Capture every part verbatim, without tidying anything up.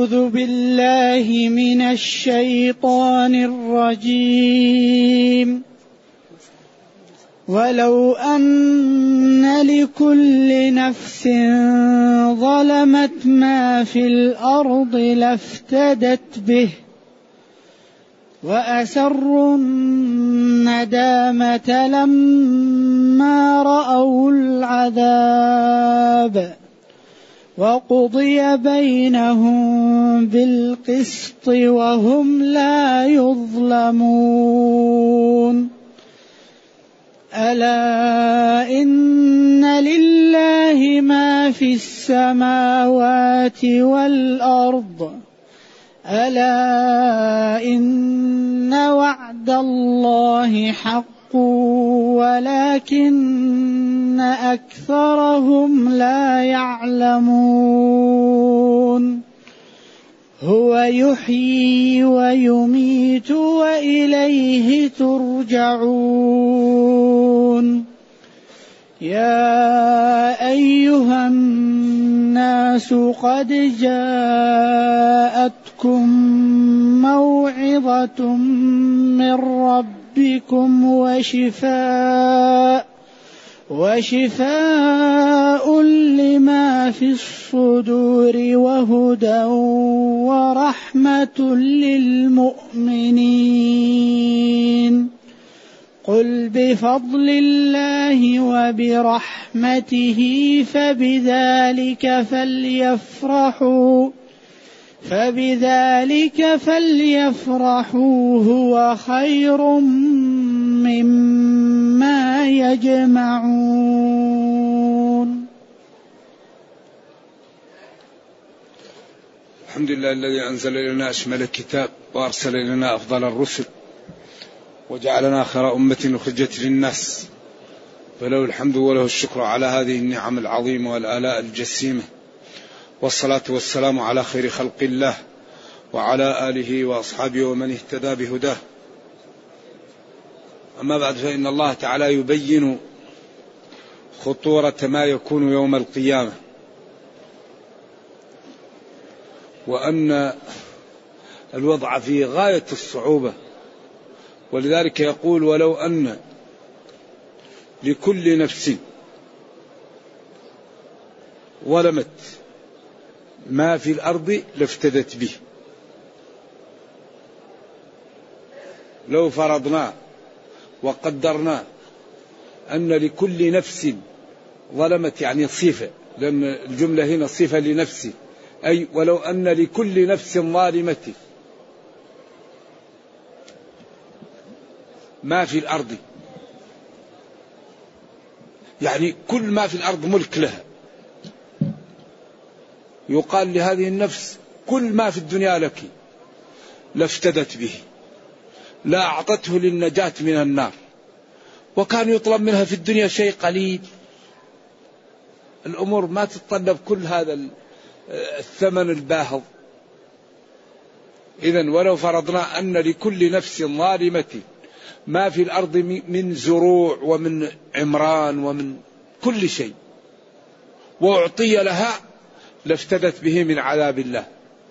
أعوذ بالله من الشيطان الرجيم. ولو أن لكل نفس ظلمت ما في الأرض لافتدت به وأسروا الندامة لما رأوا العذاب وقضي بينهم بالقسط وهم لا يظلمون. ألا إن لله ما في السماوات والأرض ألا إن وعد الله حق ولكن أكثرهم لا يعلمون. هو يحيي ويميت وإليه ترجعون. يا أيها الناس قد جاءتكم موعظة من ربكم وشفاء وشفاء لما في الصدور وهدى ورحمة للمؤمنين. قل بفضل الله وبرحمته فبذلك فليفرحوا فبذلك فليفرحوا هو خير مما يجمعون. الحمد لله الذي أنزل إلينا أشمل الكتاب وأرسل إلينا أفضل الرسل وجعلنا خير أمة أخرجت للناس، فله الحمد وله الشكر على هذه النعم العظيمة والآلاء الجسيمة، والصلاة والسلام على خير خلق الله وعلى آله وأصحابه ومن اهتدى بهداه. أما بعد، فإن الله تعالى يبين خطورة ما يكون يوم القيامة، وأن الوضع في غاية الصعوبة، ولذلك يقول ولو أن لكل نفس ظلمت ما في الأرض لافتدت به. لو فرضنا وقدرنا أن لكل نفس ظلمت، يعني صفة، لأن الجملة هنا صفة لنفسي، أي ولو أن لكل نفس ظالمة ما في الأرض، يعني كل ما في الأرض ملك لها، يقال لهذه النفس كل ما في الدنيا لك، لافتدت به، لا أعطته للنجاة من النار. وكان يطلب منها في الدنيا شيء قليل، الأمور ما تتطلب كل هذا الثمن الباهظ. إذن ولو فرضنا أن لكل نفس ظالمة ما في الأرض من زروع ومن عمران ومن كل شيء وأعطي لها لافتدت به من عذاب الله.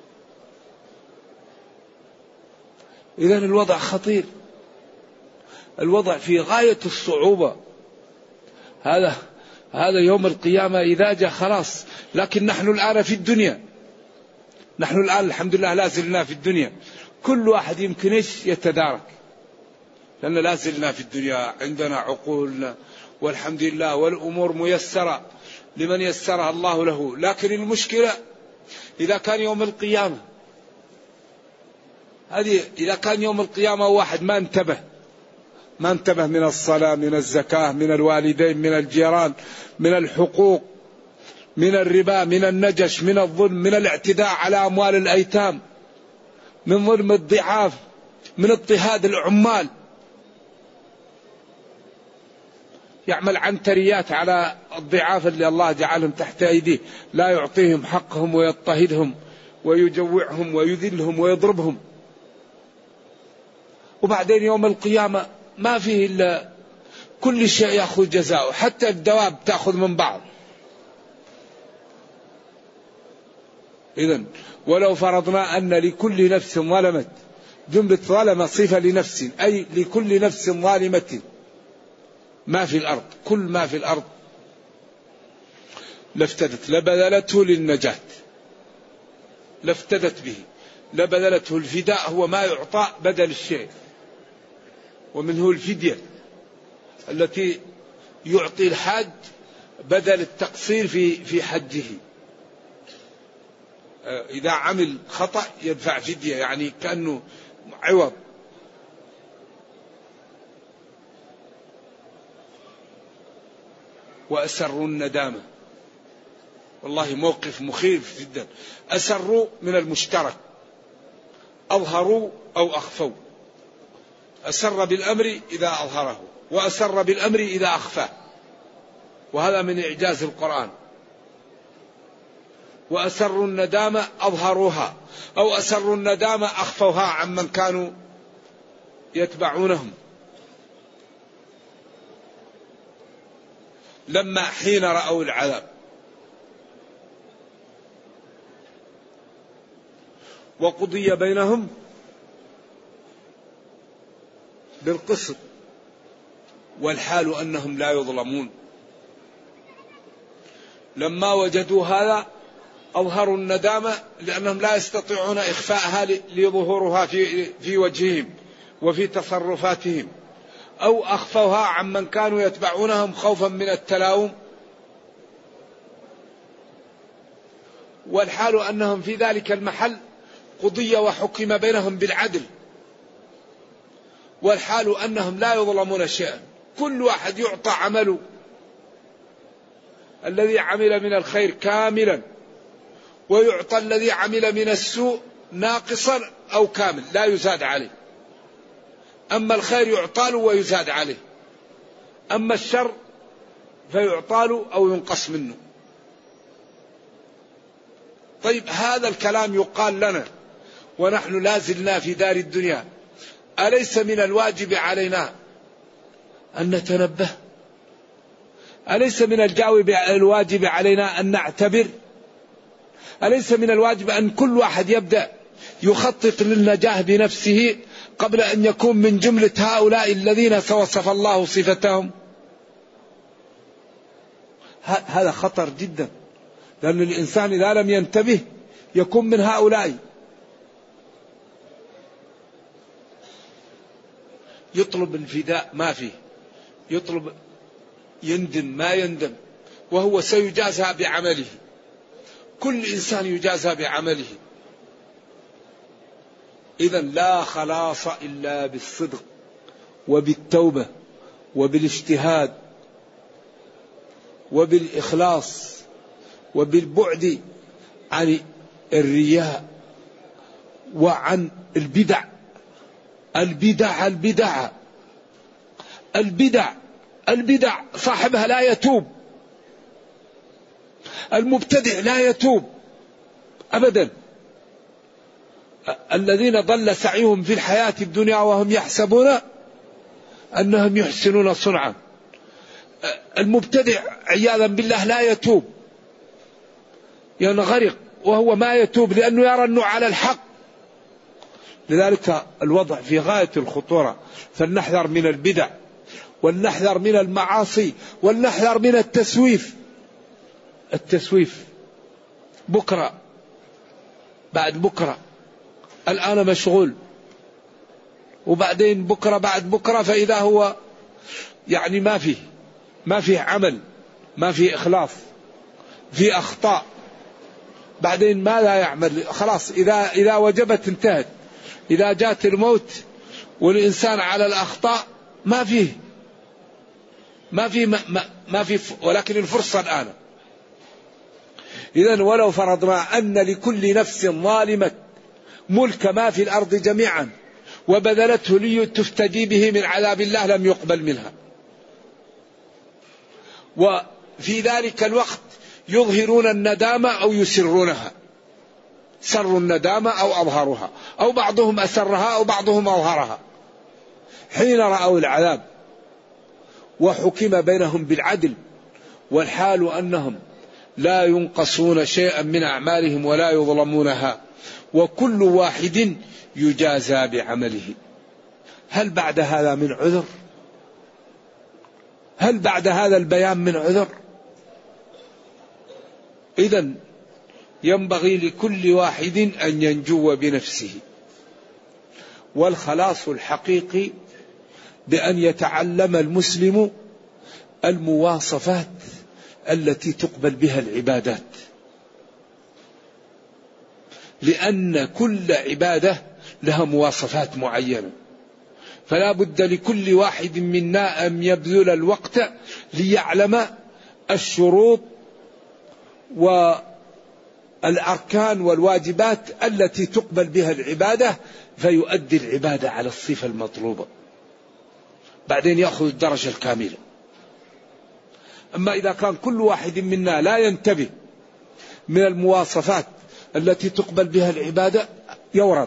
إذن الوضع خطير، الوضع في غاية الصعوبة. هذا هذا يوم القيامة إذا جاء خلاص. لكن نحن الآن في الدنيا، نحن الآن الحمد لله لا زلنا في الدنيا، كل واحد يمكن إيش يتدارك، لأن لا زلنا في الدنيا، عندنا عقول والحمد لله، والأمور ميسرة لمن يسرها الله له. لكن المشكلة إذا كان يوم القيامة، هذه إذا كان يوم القيامة واحد ما انتبه ما انتبه من الصلاة، من الزكاة، من الوالدين، من الجيران، من الحقوق، من الربا، من النجش، من الظلم، من الاعتداء على أموال الأيتام، من ظلم الضعاف، من اضطهاد العمال، يعمل عنتريات على الضعاف اللي الله جعلهم تحت أيديه، لا يعطيهم حقهم ويضطهدهم ويجوعهم ويذلهم ويضربهم. وبعدين يوم القيامة ما فيه إلا كل شيء يأخذ جزاؤه، حتى الدواب تأخذ من بعض. إذن ولو فرضنا أن لكل نفس ظلمت، جملة ظلم صفة لنفس، أي لكل نفس ظالمة ما في الأرض، كل ما في الأرض لافتدت لبذلته للنجاة، لافتدت به، لبذلته. الفداء هو ما يعطى بدل الشيء، ومنه الفدية التي يعطي الحاج بدل التقصير في في حجه. إذا عمل خطأ يدفع فدية، يعني كأنه عوض. وأسروا الندامة، والله موقف مخيف جدا. أسروا من المشترك، أظهروا أو أخفوا. أسر بالأمر إذا أظهره، وأسر بالأمر إذا أخفاه، وهذا من إعجاز القرآن. وأسروا الندامة أظهروها، أو أسروا الندامة أخفوها عمن كانوا يتبعونهم. لما حين رأوا العذاب وقضي بينهم بالقسط والحال أنهم لا يظلمون. لما وجدوا هذا أظهروا الندامة لأنهم لا يستطيعون إخفاءها لظهورها في في وجههم وفي تصرفاتهم، أو أخفوها عمن كانوا يتبعونهم خوفا من التلاوم. والحال أنهم في ذلك المحل قضي وحكم بينهم بالعدل، والحال أنهم لا يظلمون شيئا، كل واحد يعطى عمله الذي عمل من الخير كاملا، ويعطى الذي عمل من السوء ناقصا أو كامل لا يزاد عليه. أما الخير يعطى له ويزاد عليه، أما الشر فيعطى له أو ينقص منه. طيب هذا الكلام يقال لنا ونحن لازلنا في دار الدنيا، أليس من الواجب علينا أن نتنبه؟ أليس من الواجب علينا أن نعتبر؟ أليس من الواجب أن كل واحد يبدأ يخطط للنجاة بنفسه قبل أن يكون من جملة هؤلاء الذين وصف الله صفتهم؟ هذا خطر جدا، لأن الإنسان إذا لم ينتبه يكون من هؤلاء. يطلب الفداء ما فيه، يطلب يندم ما يندم، وهو سيجازى بعمله. كل إنسان يجازى بعمله. إذا لا خلاص إلا بالصدق وبالتوبة وبالاجتهاد وبالإخلاص وبالبعد عن الرياء وعن البدع. البدع البدع البدع البدع صاحبها لا يتوب، المبتدع لا يتوب أبدا. الذين ضل سعيهم في الحياة الدنيا وهم يحسبون أنهم يحسنون صنعا. المبتدع عياذا بالله لا يتوب، ينغرق وهو ما يتوب لأنه يرى أنه على الحق. لذلك الوضع في غاية الخطورة، فلنحذر من البدع، ولنحذر من المعاصي، ولنحذر من التسويف. التسويف بكرة بعد بكرة، الآن مشغول، وبعدين بكرة بعد بكرة فإذا هو يعني ما فيه ما فيه عمل، ما فيه إخلاص، في أخطاء. بعدين ما لا يعمل، خلاص إذا إذا وجبت انتهت. إذا جاءت الموت والإنسان على الأخطاء ما فيه ما فيه ما, ما, ما فيه ولكن الفرصة الآن. إذن ولو فرضنا أن لكل نفس ظالمة ملك ما في الأرض جميعا وبذلته لتفتدي به من عذاب الله لم يقبل منها. وفي ذلك الوقت يظهرون الندامة أو يسرونها، سروا الندامة أو أظهرها، أو بعضهم أسرها أو بعضهم أظهرها. حين رأوا العذاب وحكم بينهم بالعدل، والحال أنهم لا ينقصون شيئا من أعمالهم ولا يظلمونها، وكل واحد يجازى بعمله. هل بعد هذا من عذر؟ هل بعد هذا البيان من عذر؟ إذن ينبغي لكل واحد أن ينجو بنفسه، والخلاص الحقيقي بأن يتعلم المسلم المواصفات التي تقبل بها العبادات، لأن كل عبادة لها مواصفات معينة، فلا بد لكل واحد منا أن يبذل الوقت ليعلم الشروط والأركان والواجبات التي تقبل بها العبادة، فيؤدي العبادة على الصفة المطلوبة، بعدين يأخذ الدرجة الكاملة. أما إذا كان كل واحد منا لا ينتبه من المواصفات التي تقبل بها العبادة يورد.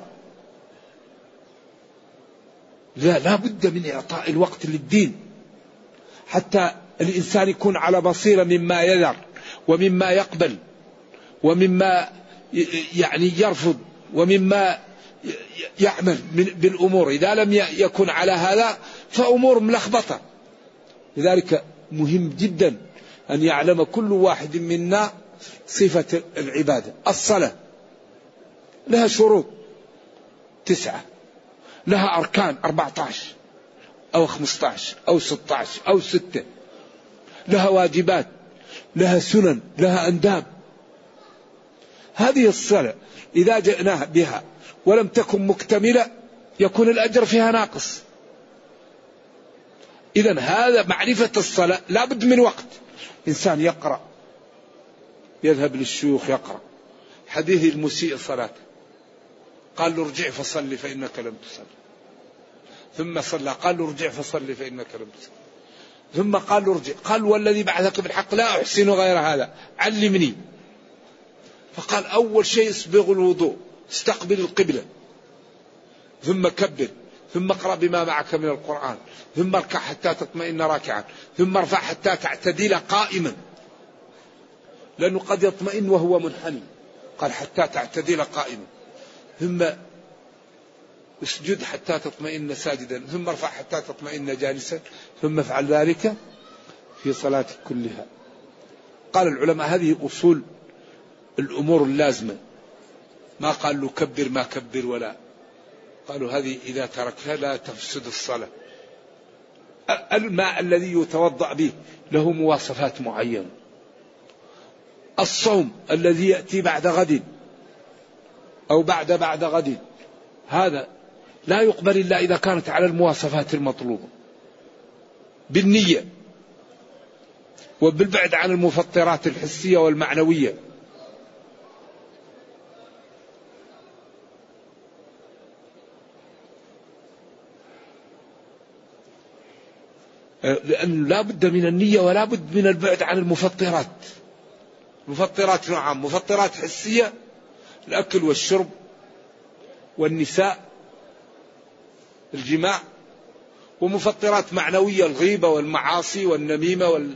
لا, لا بد من إعطاء الوقت للدين حتى الإنسان يكون على بصيرة مما يذر ومما يقبل ومما يعني يرفض ومما يعمل بالأمور. إذا لم يكن على هذا فأمور ملخبطة. لذلك مهم جدا أن يعلم كل واحد منا صفة العبادة. الصلاة لها شروط تسعة، لها أركان أربعة عشر أو خمسة عشر أو ستة عشر أو ستة، لها واجبات، لها سنن، لها أنداب. هذه الصلاة إذا جئناها بها ولم تكن مكتملة يكون الأجر فيها ناقص. إذن هذا معرفة الصلاة لا بد من وقت. إنسان يقرأ، يذهب للشيوخ يقرأ حديث المسيء صلاته، قال له ارجع فصلي فإنك لم تصلي، ثم صلى، قال له ارجع فصلي فإنك لم تصلي، ثم قال له ارجع، قال والذي بعثك بالحق لا أحسن غير هذا علمني. فقال أول شيء اسبغ الوضوء، استقبل القبلة، ثم كبر، ثم اقرأ بما معك من القرآن، ثم اركع حتى تطمئن راكعا، ثم ارفع حتى تعتدل قائما، لأنه قد يطمئن وهو منحني، قال حتى تعتدل قائما، ثم اسجد حتى تطمئن ساجدا، ثم ارفع حتى تطمئن جالسا، ثم افعل ذلك في صلاتك كلها. قال العلماء هذه أصول الأمور اللازمة، ما قال له كبر ما كبر، ولا قالوا هذه إذا تركها لا تفسد الصلاة. الماء الذي يتوضأ به له مواصفات معينة. الصوم الذي يأتي بعد غد أو بعد بعد غد هذا لا يقبل إلا إذا كانت على المواصفات المطلوبة، بالنية وبالبعد عن المفطرات الحسية والمعنوية. لأن لا بد من النية ولا بد من البعد عن المفطرات. مفطرات نوعان: مفطرات حسية الأكل والشرب والنساء الجماع، ومفطرات معنوية الغيبة والمعاصي والنميمة وال...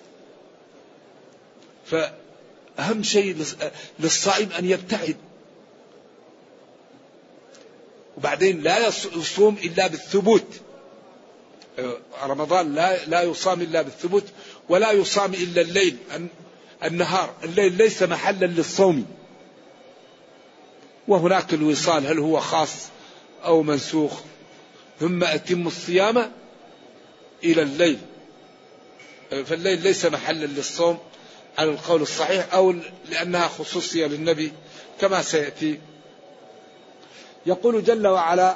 فأهم شيء للصائم أن يبتعد. وبعدين لا يصوم إلا بالثبوت. رمضان لا لا يصام إلا بالثبوت، ولا يصام إلا الليل. النهار الليل ليس محلا للصوم. وهناك الوصال هل هو خاص أو منسوخ. ثم أتم الصيام إلى الليل، فالليل ليس محلا للصوم على القول الصحيح، أو لأنها خصوصية للنبي كما سيأتي. يقول جل وعلا: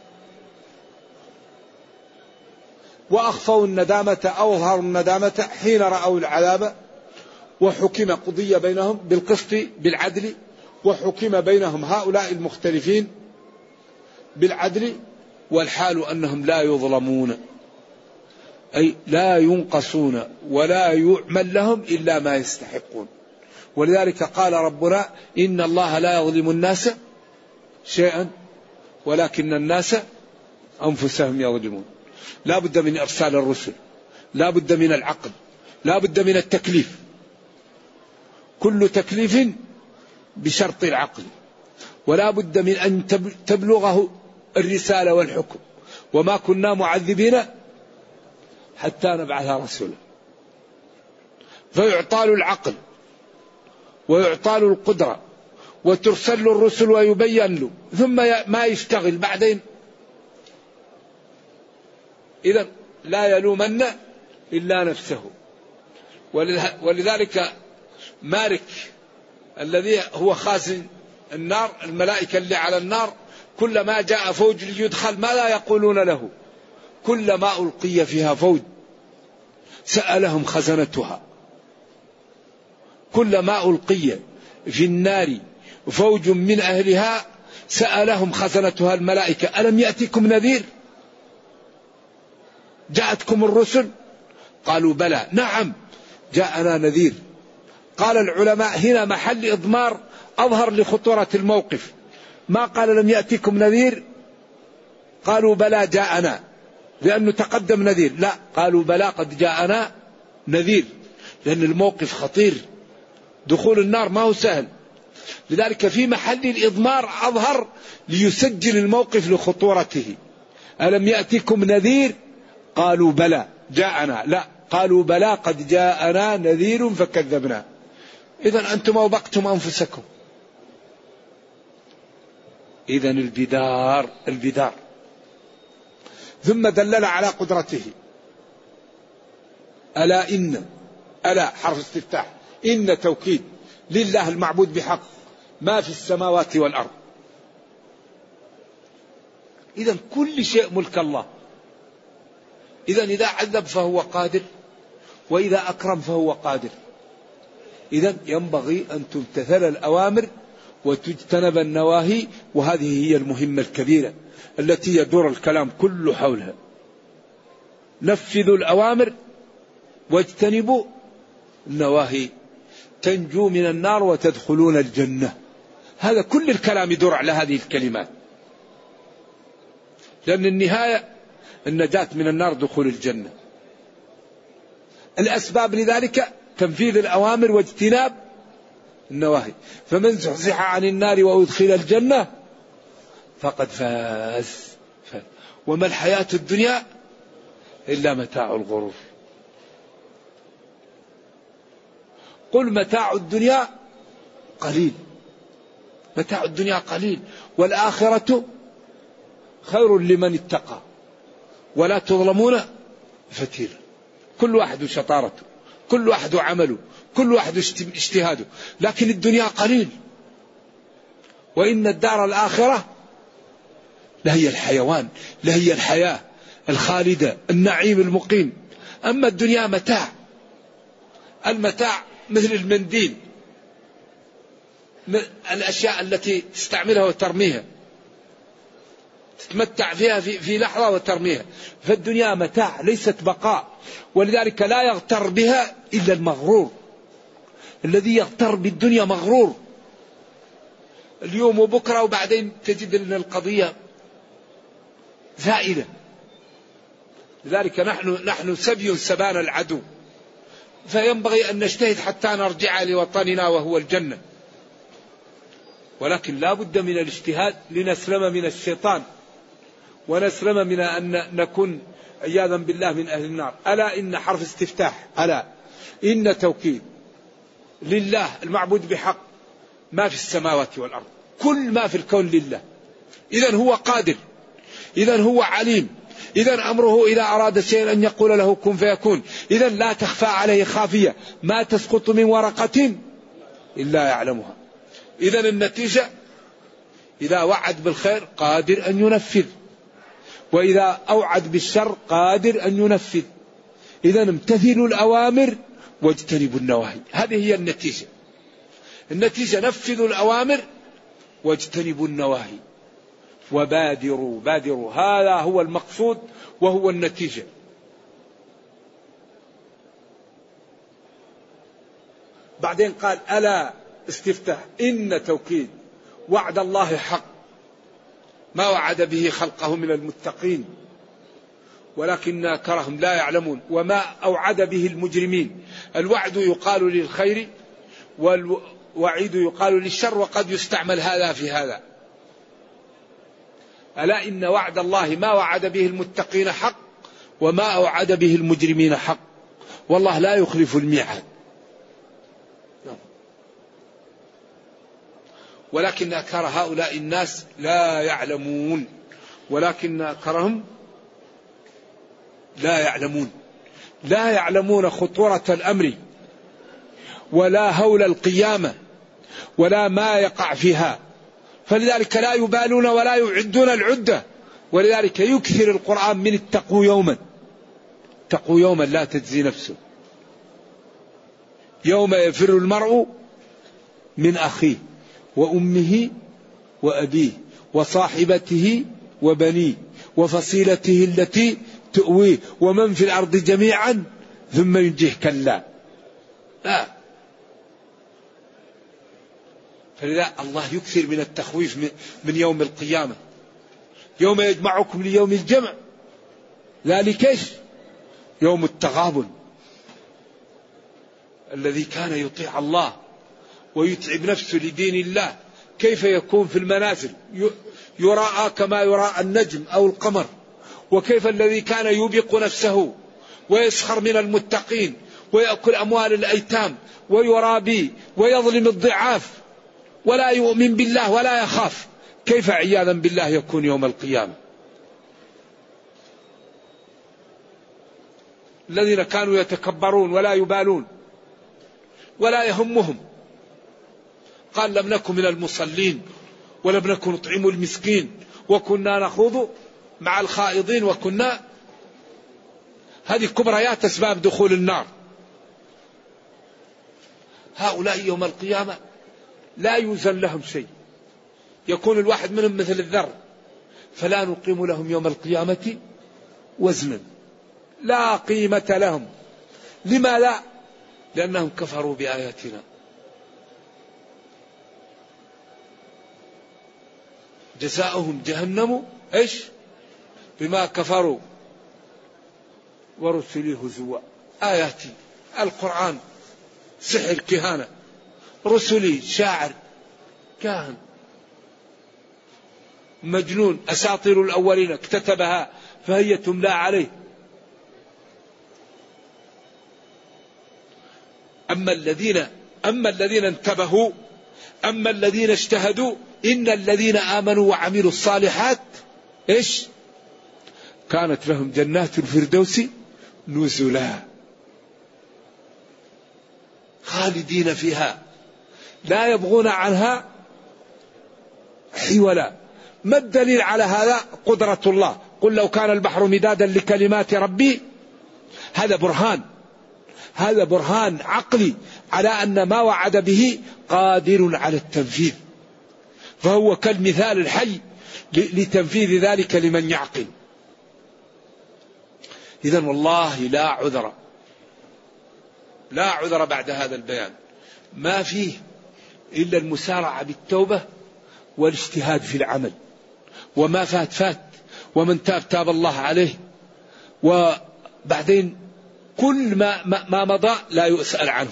وأخفوا الندامة أو أظهروا الندامة حين رأوا العذاب وحكم قضي بينهم بالقسط بالعدل، وحكم بينهم هؤلاء المختلفين بالعدل، والحال أنهم لا يظلمون، أي لا ينقصون ولا يعمل لهم إلا ما يستحقون. ولذلك قال ربنا: إن الله لا يظلم الناس شيئا ولكن الناس أنفسهم يظلمون. لا بد من إرسال الرسل، لا بد من العقل، لا بد من التكليف. كل تكليف بشرط العقل، ولا بد من أن تبلغه الرسالة والحكم، وما كنا معذبين حتى نبعث رسولا. فيعطى له العقل ويعطى له القدرة وترسل له الرسل ويبين له، ثم ما يشتغل بعدين. إذا لا يلومن إلا نفسه. ولذلك مالك الذي هو خازن النار، الملائكة اللي على النار كلما جاء فوج ليدخل ماذا يقولون له؟ كلما ألقي فيها فوج سألهم خزنتها. كلما ألقي في النار فوج من أهلها سألهم خزنتها الملائكة ألم يأتكم نذير؟ جاءتكم الرسل؟ قالوا بلى نعم جاءنا نذير. قال العلماء هنا محل إضمار أظهر لخطورة الموقف، ما قال لم يأتكم نذير قالوا بلى جاءنا لأنه تقدم نذير، لا قالوا بلى قد جاءنا نذير، لأن الموقف خطير، دخول النار ما هو سهل. لذلك في محل الإضمار أظهر ليسجل الموقف لخطورته. ألم يأتكم نذير؟ قالوا بلى جاءنا، لا قالوا بلى قد جاءنا نذير فكذبنا. إذا أنتم أوبقتم أنفسكم. إذا البدار البدار. ثم دلل على قدرته. ألا إن، ألا حرف استفتاح، إن توكيد لله المعبود بحق ما في السماوات والأرض. إذا كل شيء ملك الله. إذا إذا عذب فهو قادر، وإذا أكرم فهو قادر. إذا ينبغي أن تمتثل الأوامر وتجتنب النواهي، وهذه هي المهمة الكبيرة التي يدور الكلام كله حولها. نفذوا الأوامر واجتنبوا النواهي تنجو من النار وتدخلون الجنة. هذا كل الكلام يدور على هذه الكلمات، لأن النهاية النجاة من النار دخول الجنة. الأسباب لذلك تنفيذ الأوامر واجتناب النواهي. فمن زحزح عن النار وأدخل الجنة فقد فاز. وما الحياة الدنيا إلا متاع الغرور. قل متاع الدنيا قليل، متاع الدنيا قليل والآخرة خير لمن اتقى ولا تظلمون فتيلا. كل واحد شطارته، كل واحد عمله، كل واحد اجتهاده، لكن الدنيا قليل. وإن الدار الآخرة لهي الحيوان، لهي الحياة الخالدة، النعيم المقيم. أما الدنيا متاع. المتاع مثل المنديل، الأشياء التي تستعملها وترميها، تتمتع فيها في, في لحظة وترميها. فالدنيا متاع ليست بقاء، ولذلك لا يغتر بها إلا المغرور. الذي يغتر بالدنيا مغرور. اليوم وبكرة وبعدين تجد أن القضية زائلة. لذلك نحن نحن سبي سبان العدو، فينبغي أن نجتهد حتى نرجع لوطننا وهو الجنة. ولكن لا بد من الاجتهاد لنسلم من الشيطان ونسلم من أن نكون عياذا بالله من أهل النار. ألا إن حرف استفتاح، ألا إن توكيد لله المعبود بحق ما في السماوات والأرض. كل ما في الكون لله. إذن هو قادر، إذن هو عليم، إذن أمره إذا أراد شيئا أن يقول له كن فيكون. إذن لا تخفى عليه خافية، ما تسقط من ورقة إلا يعلمها. إذن النتيجة إذا وعد بالخير قادر أن ينفذ، وإذا أوعد بالشر قادر أن ينفذ. إذن امتثلوا الأوامر واجتنبوا النواهي. هذه هي النتيجة. النتيجة نفذوا الأوامر واجتنبوا النواهي وبادروا. بادروا هذا هو المقصود وهو النتيجة. بعدين قال ألا استفتاح إن توكيد وعد الله حق ما وعد به خلقه من المتقين ولكن أكثرهم لا يعلمون. وما أوعد به المجرمين. الوعد يقال للخير والوعيد يقال للشر وقد يستعمل هذا في هذا. ألا إن وعد الله ما وعد به المتقين حق وما أوعد به المجرمين حق، والله لا يخلف الميعاد. ولكن أكثر هؤلاء الناس لا يعلمون، ولكن أكثرهم لا يعلمون لا يعلمون خطورة الأمر ولا هول القيامة ولا ما يقع فيها، فلذلك لا يبالون ولا يعدون العدة. ولذلك يكثر القرآن من اتقوا يوما، اتقوا يوما لا تجزي نفسه، يوم يفر المرء من أخيه وأمه وأبيه وصاحبته وبنيه وفصيلته التي تؤويه ومن في الأرض جميعا ثم ينجيه كلا. لا، فلذا الله يكثر من التخويف من يوم القيامة، يوم يجمعكم ليوم الجمع، ذلك ايش؟ يوم التغابن. الذي كان يطيع الله ويتعب نفسه لدين الله كيف يكون في المنازل يراءى كما يراءى النجم أو القمر، وكيف الذي كان يوبق نفسه ويسخر من المتقين ويأكل أموال الأيتام ويرابي ويظلم الضعاف ولا يؤمن بالله ولا يخاف، كيف عياذا بالله يكون يوم القيامة. الذين كانوا يتكبرون ولا يبالون ولا يهمهم، قال لم نكن من المصلين ولم نكن نطعم المسكين وكنا نخوض مع الخائضين وكنا. هذه كبريات أسباب دخول النار. هؤلاء يوم القيامة لا يوزن لهم شيء، يكون الواحد منهم مثل الذر، فلا نقيم لهم يوم القيامة وزنا، لا قيمة لهم. لما لا؟ لأنهم كفروا بآياتنا. جزاؤهم جهنم ايش؟ بما كفروا ورسلي هزوا. آياتي القرآن سحر كهانة، رسلي شاعر كاهن مجنون، أساطير الأولين اكتتبها فهي تملى عليه. أما الذين أما الذين انتبهوا، أما الذين اجتهدوا، إن الذين آمنوا وعملوا الصالحات إيش؟ كانت لهم جنات الفردوس نزلا خالدين فيها لا يبغون عنها حولا. ما الدليل على هذا؟ قدرة الله. قل لو كان البحر مدادا لكلمات ربي، هذا برهان هذا برهان عقلي على أن ما وعد به قادر على التنفيذ، فهو كالمثال الحي لتنفيذ ذلك لمن يعقل. إذن والله لا عذر لا عذر بعد هذا البيان، ما فيه إلا المسارعة بالتوبة والاجتهاد في العمل، وما فات فات، ومن تاب تاب الله عليه. وبعدين كل ما, ما مضى لا يسأل عنه.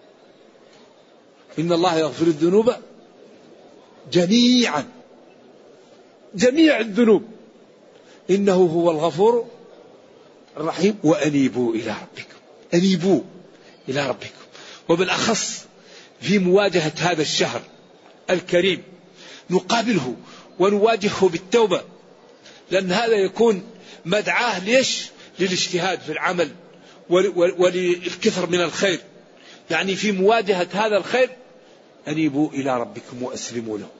إن الله يغفر الذنوب جميعا، جميع الذنوب، إنه هو الغفور الرحيم. وأنيبوا إلى ربكم، أنيبوا إلى ربكم، وبالأخص في مواجهة هذا الشهر الكريم نقابله ونواجهه بالتوبة، لأن هذا يكون مدعاه ليش؟ للاجتهاد في العمل وللكثر من الخير. يعني في مواجهة هذا الخير أنيبوا إلى ربكم وأسلموا له.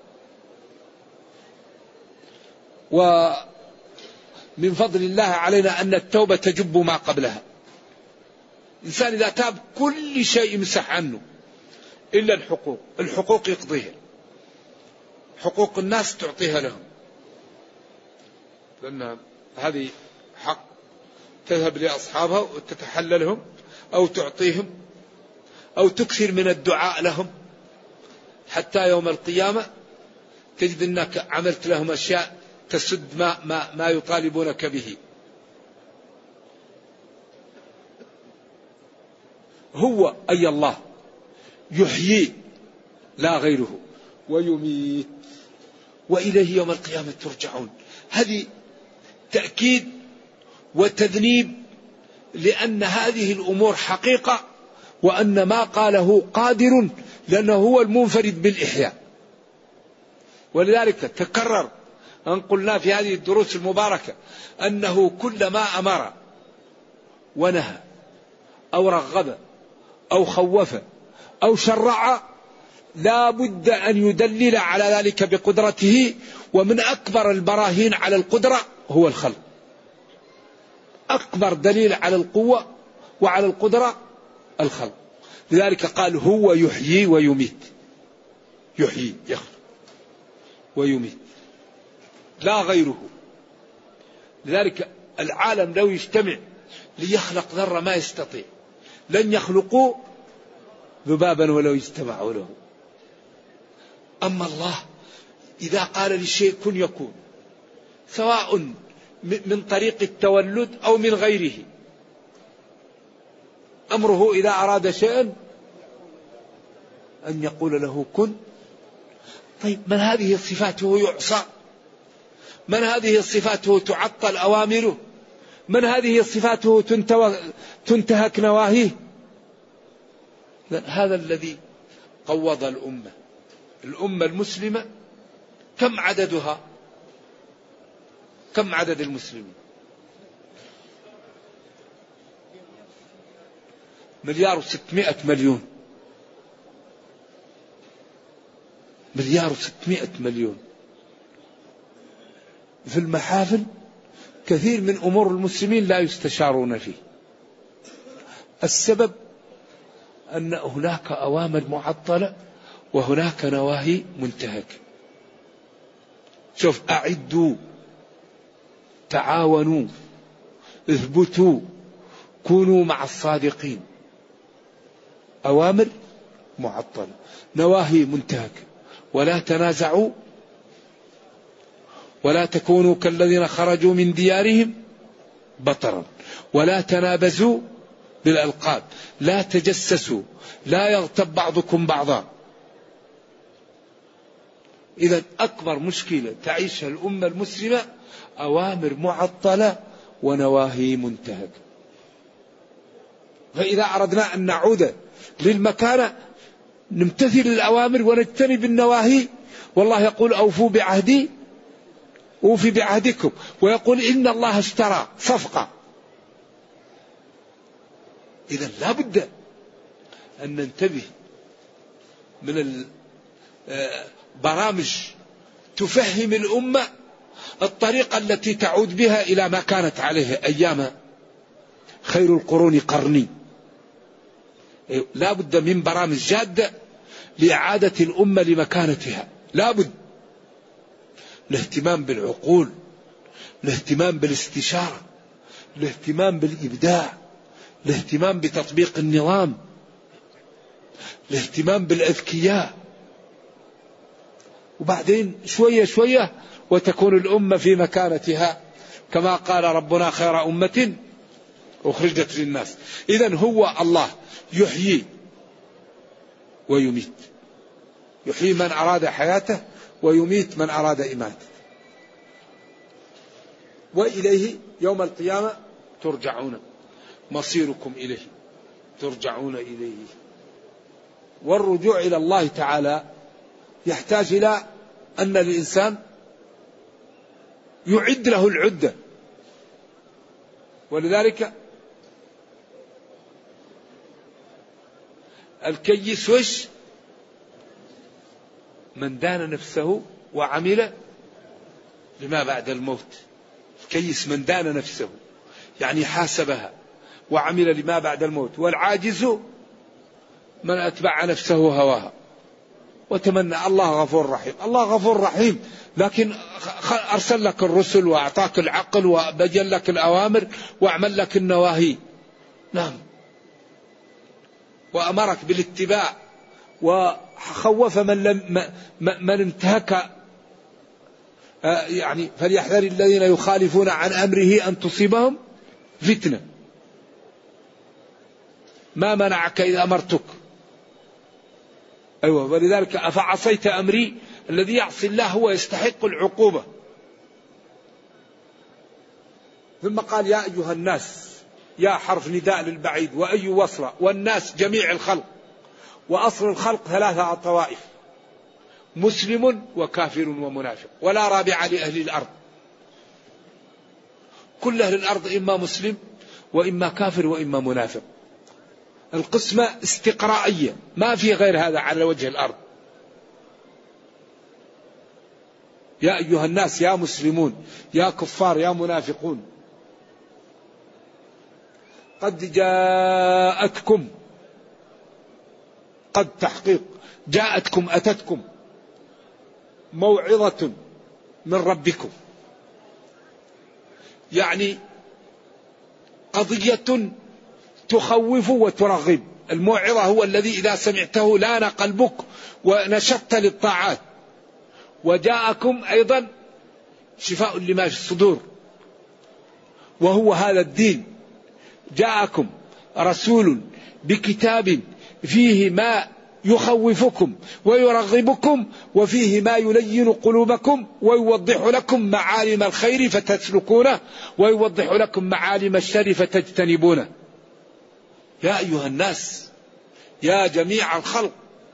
ومن فضل الله علينا أن التوبة تجب ما قبلها. الإنسان إذا تاب كل شيء يمسح عنه إلا الحقوق، الحقوق يقضيها، حقوق الناس تعطيها لهم، لأن هذه حق تذهب لأصحابها وتتحللهم أو تعطيهم أو تكثر من الدعاء لهم، حتى يوم القيامة تجد أنك عملت لهم أشياء تسد ما, ما, ما يطالبونك به. هو أي الله يحيي لا غيره ويميت وإليه يوم القيامة ترجعون. هذه تأكيد وتذنيب لأن هذه الأمور حقيقة، وأن ما قاله قادر لأنه هو المنفرد بالإحياء. ولذلك تكرر أن قلنا في هذه الدروس المباركة أنه كلما أمر ونهى أو رغب أو خوف أو شرع لا بد أن يدلل على ذلك بقدرته، ومن أكبر البراهين على القدرة هو الخلق. أكبر دليل على القوة وعلى القدرة الخلق. لذلك قال هو يحيي ويميت، يحيي يخلق ويميت لا غيره. لذلك العالم لو يجتمع ليخلق ذرة ما يستطيع، لن يخلقوا ذبابا ولو اجتمعوا له. أما الله إذا قال للشيء كن يكون، سواء من طريق التولد أو من غيره، أمره إذا أراد شيئا أن يقول له كن. طيب من هذه صفاته يعصى؟ من هذه صفاته تعطل أوامره؟ من هذه صفاته تنتهك نواهيه؟ هذا الذي قوض الأمة. الأمة المسلمة كم عددها؟ كم عدد المسلمين؟ مليار وستمائة مليون. مليار وستمائة مليون. في المحافل كثير من أمور المسلمين لا يستشارون فيه. السبب أن هناك أوامر معطلة وهناك نواهي منتهكة. شوف، أعدوا، تعاونوا، اثبتوا، كونوا مع الصادقين. أوامر معطلة، نواهي منتهكة. ولا تنازعوا ولا تكونوا كالذين خرجوا من ديارهم بطرا ولا تنابزوا بالألقاب لا تجسسوا لا يغتب بعضكم بعضا. إذا أكبر مشكلة تعيشها الأمة المسلمة أوامر معطلة ونواهي منتهكة. فإذا أردنا أن نعود للمكانة نمتثل الأوامر ونجتنب النواهي. والله يقول أوفوا بعهدي أوفي بعهدكم، ويقول إن الله اشترى صفقة. إذا لا بد أن ننتبه من البرامج تفهم الأمة الطريقة التي تعود بها إلى ما كانت عليه أيام خير القرون قرني. لا بد من برامج جادة لإعادة الأمة لمكانتها. لا بد الاهتمام بالعقول، الاهتمام بالاستشارة، الاهتمام بالإبداع، الاهتمام بتطبيق النظام، الاهتمام بالأذكياء. وبعدين شوية شوية وتكون الأمة في مكانتها كما قال ربنا خير أمة أخرجت للناس. إذن هو الله يحيي ويميت، يحيي من أراد حياته ويميت من أراد إماته. وإليه يوم القيامة ترجعون، مصيركم إليه، ترجعون إليه. والرجوع إلى الله تعالى يحتاج إلى أن الإنسان يعد له العدة. ولذلك الكيس وش؟ من دان نفسه وعمل لما بعد الموت. الكيس من دان نفسه يعني حاسبها وعمل لما بعد الموت. والعاجز من أتبع نفسه هواها وتمنى. الله غفور رحيم، الله غفور رحيم، لكن أرسل لك الرسل وأعطاك العقل وبين لك الأوامر وأعمل لك النواهي. نعم، وأمرك بالاتباع وخوف من لم من انتهك. يعني فليحذر الذين يخالفون عن أمره أن تصيبهم فتنة. ما منعك إذا أمرتك أيوة، ولذلك أفعصيت أمري، الذي يعصي الله هو يستحق العقوبة. ثم قال يا أيها الناس، يا حرف نداء للبعيد، وأي وصلة، والناس جميع الخلق، وأصل الخلق ثلاثة طوائف: مسلم وكافر ومنافق، ولا رابع لأهل الأرض. كل أهل الأرض إما مسلم وإما كافر وإما منافق. القسمة استقرائية، ما في غير هذا على وجه الأرض. يا أيها الناس، يا مسلمون، يا كفار، يا منافقون، قد جاءتكم، قد تحقيق، جاءتكم أتتكم موعظة من ربكم، يعني قضية تخوف وترغب. الموعظة هو الذي إذا سمعته لان قلبك ونشطت للطاعات. وجاءكم أيضا شفاء لما في الصدور، وهو هذا الدين. جاءكم رسول بكتاب فيه ما يخوفكم ويرغبكم، وفيه ما يلين قلوبكم، ويوضح لكم معالم الخير فتسلكونه، ويوضح لكم معالم الشر فتجتنبونه. يا أيها الناس، يا جميع الخلق،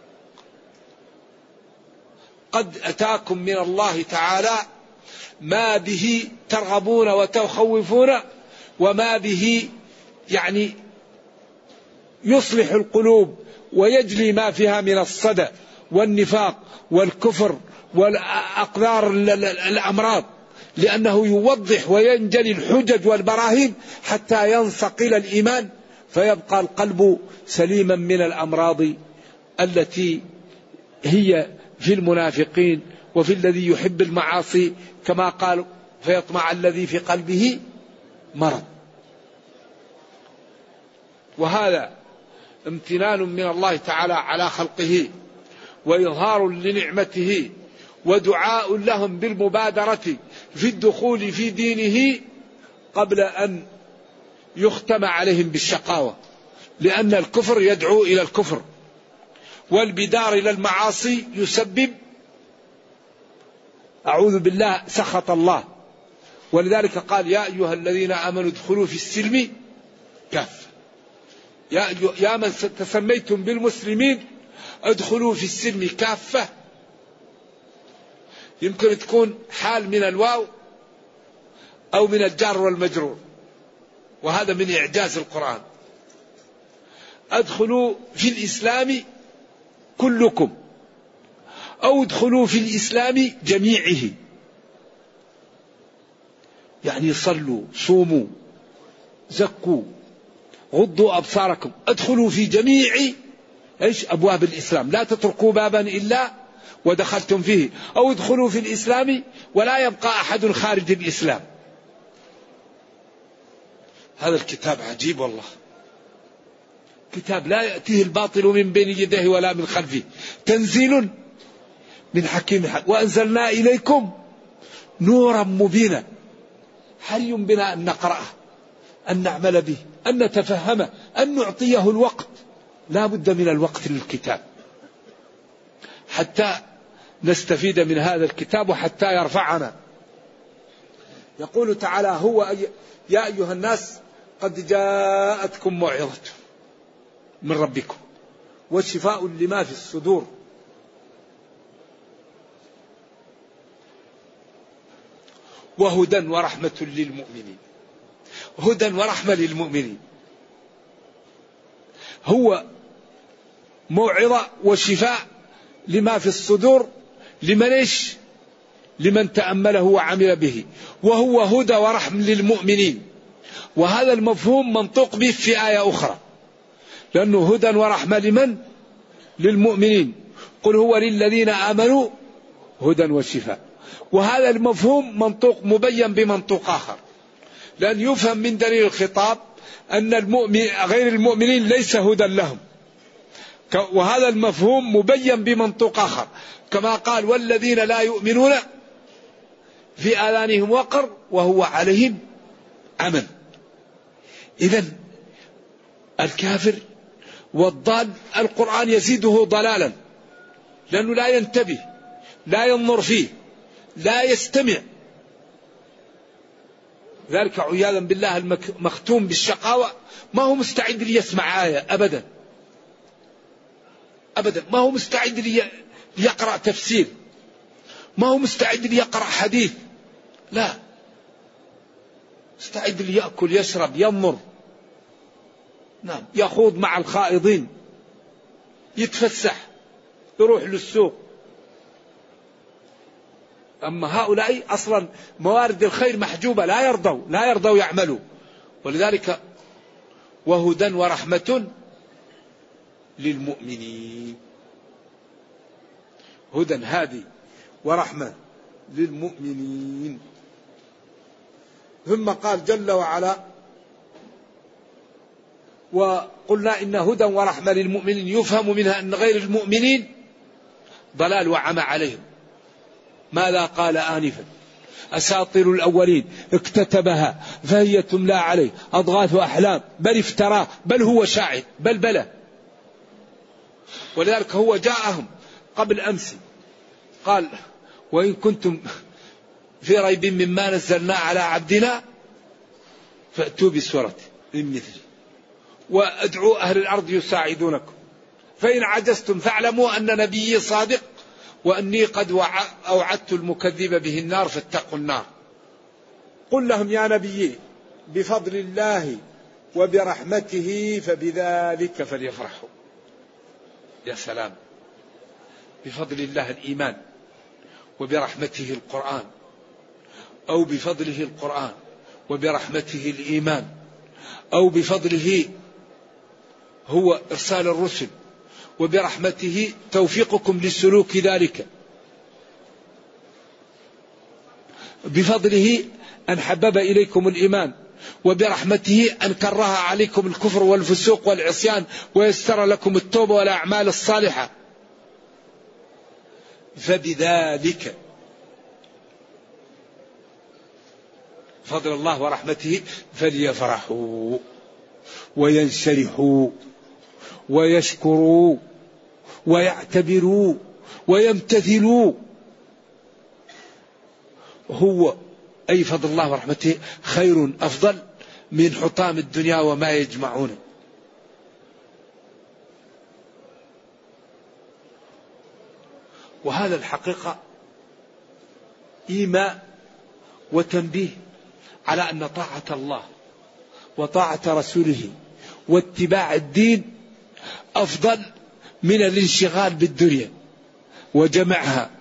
قد أتاكم من الله تعالى ما به ترغبون وتخوفون، وما به يعني يصلح القلوب ويجلي ما فيها من الصدى والنفاق والكفر والأقدار الأمراض، لأنه يوضح وينجلي الحجج والبراهين حتى ينصقل الإيمان، فيبقى القلب سليما من الأمراض التي هي في المنافقين وفي الذي يحب المعاصي، كما قال فيطمع الذي في قلبه مرض. وهذا امتنان من الله تعالى على خلقه، وإظهار لنعمته، ودعاء لهم بالمبادرة في الدخول في دينه قبل أن يختم عليهم بالشقاوة، لأن الكفر يدعو إلى الكفر، والبدار إلى المعاصي يسبب أعوذ بالله سخط الله. ولذلك قال يا أيها الذين آمنوا ادخلوا في السلم كافة. يا, يا من تسميتم بالمسلمين ادخلوا في السلم كافة. يمكن تكون حال من الواو أو من الجار والمجرور، وهذا من إعجاز القرآن. ادخلوا في الإسلام كلكم، أو ادخلوا في الإسلام جميعه، يعني صلوا، صوموا، زكوا، غضوا أبصاركم، ادخلوا في جميع ايش أبواب الإسلام، لا تتركوا بابا إلا ودخلتم فيه، أو ادخلوا في الإسلام ولا يبقى أحد خارج الإسلام. هذا الكتاب عجيب والله، كتاب لا يأتيه الباطل من بين يديه ولا من خلفه، تنزيل من حكيم حكيم، وأنزلنا إليكم نورا مبينا. حري بنا أن نقرأه، أن نعمل به، أن نتفهمه، أن نعطيه الوقت. لا بد من الوقت للكتاب حتى نستفيد من هذا الكتاب وحتى يرفعنا. يقول تعالى هو يا أيها الناس قد جاءتكم موعظة من ربكم وشفاء لما في الصدور. وهدى ورحمة للمؤمنين. هدى ورحمة للمؤمنين، هو موعظة وشفاء لما في الصدور. لمن إيش؟ لمن تأمله وعمل به. وهو هدى ورحمة للمؤمنين، وهذا المفهوم منطوق به في آية أخرى، لأنه هدى ورحمة لمن؟ للمؤمنين. قل هو للذين آمنوا هدى وشفاء. وهذا المفهوم منطوق مبين بمنطوق آخر، لأن يفهم من دليل الخطاب أن المؤمن غير المؤمنين ليس هدى لهم، وهذا المفهوم مبين بمنطوق آخر، كما قال والذين لا يؤمنون في آذانهم وقر وهو عليهم عمى. إذن الكافر والضال القرآن يزيده ضلالا، لأنه لا ينتبه، لا ينظر فيه، لا يستمع. ذلك عياذا بالله المختوم بالشقاوة ما هو مستعد ليسمع آية أبدا أبدا، ما هو مستعد لي ليقرأ تفسير، ما هو مستعد ليقرأ حديث، لا، مستعد ليأكل يشرب ينظر، نعم، يخوض مع الخائضين، يتفسح، يروح للسوق. أما هؤلاء أصلا موارد الخير محجوبة، لا يرضوا لا يرضوا يعملوا. ولذلك وهدى ورحمة للمؤمنين، هدى هادي ورحمة للمؤمنين. ثم قال جل وعلا وقلنا إن هدى ورحمة للمؤمنين يفهم منها أن غير المؤمنين ضلال وعمى عليهم. ماذا قال آنفا؟ أساطير الأولين اكتتبها فهي تملى عليه، أضغاث أحلام، بل افتراه، بل هو شاعر، بل بلى. ولذلك هو جاءهم قبل أمس قال وإن كنتم في ريب مما نزلنا على عبدنا فأتوا بسورة من مثله وادعوا أهل الأرض يساعدونكم، فإن عجزتم فاعلموا أن نبيي صادق وأني قد أوعدت المكذب به النار فاتقوا النار. قل لهم يا نبي بفضل الله وبرحمته فبذلك فليفرحوا. يا سلام، بفضل الله الإيمان، وبرحمته القرآن، أو بفضله القرآن وبرحمته الإيمان، أو بفضله هو إرسال الرسل، وبرحمته توفيقكم للسلوك ذلك، بفضله أن حبب إليكم الإيمان، وبرحمته أن كره عليكم الكفر والفسوق والعصيان ويسر لكم التوبة والأعمال الصالحة. فبذلك فضل الله ورحمته فليفرحوا وينشرحوا ويشكروا ويعتبروا ويمتثلوا. هو أي فضل الله ورحمته خير أفضل من حطام الدنيا وما يجمعونه. وهذا الحقيقة إيماء وتنبيه على أن طاعة الله وطاعة رسوله واتباع الدين أفضل من الانشغال بالدنيا وجمعها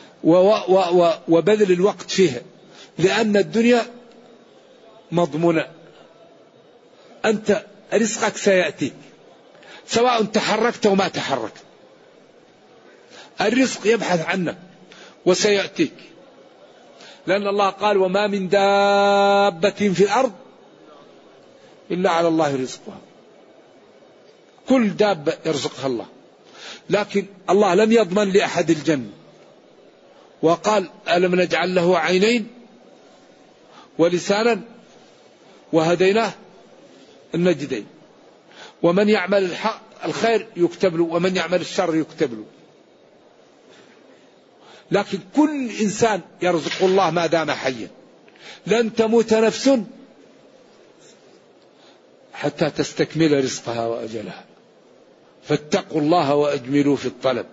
وبذل الوقت فيها، لأن الدنيا مضمونة، أنت رزقك سيأتيك سواء تحركت وما تحركت، الرزق يبحث عنك وسيأتيك، لأن الله قال وما من دابة في الأرض إلا على الله رزقها، كل دابة يرزقها الله، لكن الله لم يضمن لأحد الجنة، وقال ألم نجعل له عينين ولسانا وهديناه النجدين، ومن يعمل الحق الخير يكتب له ومن يعمل الشر يكتب له. لكن كل إنسان يرزق الله ما دام حيا، لن تموت نفس حتى تستكمل رزقها وأجلها، فاتقوا الله وأجملوا في الطلب.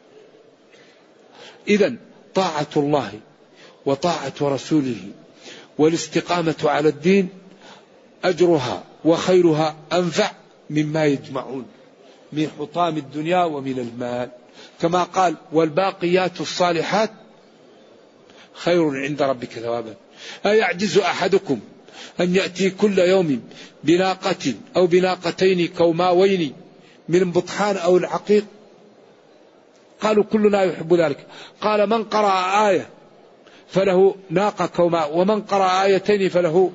إذن طاعة الله وطاعة رسوله والاستقامة على الدين أجرها وخيرها أنفع مما يجمعون من حطام الدنيا ومن المال، كما قال والباقيات الصالحات خير عند ربك ثوابا. أيعجز أحدكم أن يأتي كل يوم بناقة أو بناقتين كوماوين من بطحان أو العقيق؟ قالوا كلنا يحب ذلك. قال من قرأ آية فله ناقة كوماء، ومن قرأ آيتين فله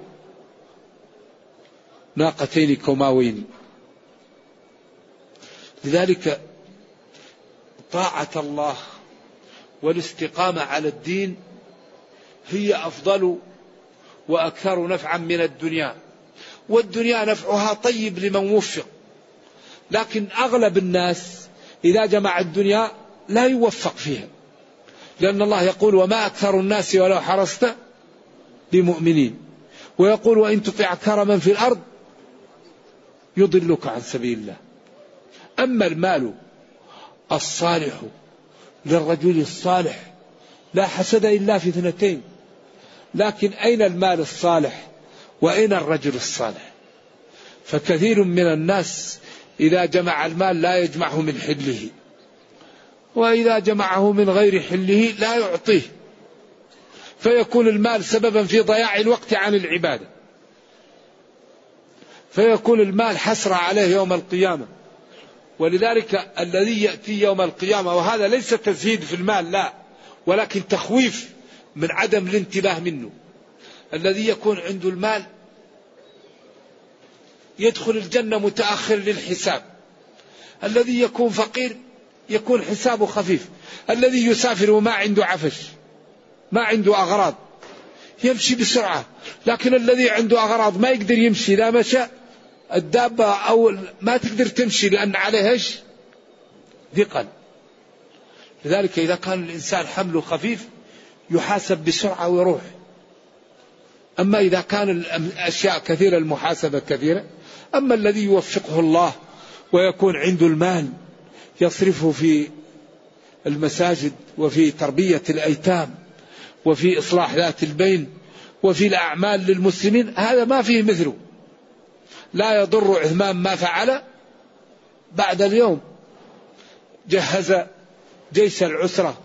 ناقتين كوماوين. لذلك طاعة الله والاستقامة على الدين هي أفضل وأكثر نفعا من الدنيا، والدنيا نفعها طيب لمن وفق، لكن أغلب الناس إذا جمع الدنيا لا يوفق فيها، لأن الله يقول وما أكثر الناس ولو حرصت بمؤمنين، ويقول وإن تطع أكثر من في الأرض يضلك عن سبيل الله. أما المال الصالح للرجل الصالح لا حسد إلا في اثنتين، لكن أين المال الصالح وأين الرجل الصالح؟ فكثير من الناس إذا جمع المال لا يجمعه من حله، وإذا جمعه من غير حله لا يعطيه، فيكون المال سببا في ضياع الوقت عن العبادة، فيكون المال حسرة عليه يوم القيامة. ولذلك الذي يأتي يوم القيامة، وهذا ليس تزهيد في المال لا، ولكن تخويف من عدم الانتباه منه، الذي يكون عنده المال يدخل الجنة متأخر للحساب، الذي يكون فقير يكون حسابه خفيف، الذي يسافر وما عنده عفش ما عنده أغراض يمشي بسرعة، لكن الذي عنده أغراض ما يقدر يمشي، إذا مشى الدابة أو ما تقدر تمشي لأن عليها إيش؟ ثقل. لذلك إذا كان الإنسان حمله خفيف يحاسب بسرعة ويروح. أما إذا كان الأشياء كثيرة المحاسبة كثيرة. أما الذي يوفقه الله ويكون عنده المال يصرفه في المساجد وفي تربية الأيتام وفي إصلاح ذات البين وفي الأعمال للمسلمين، هذا ما فيه مثله. لا يضر عثمان ما فعل بعد اليوم. جهز جيش العسرة،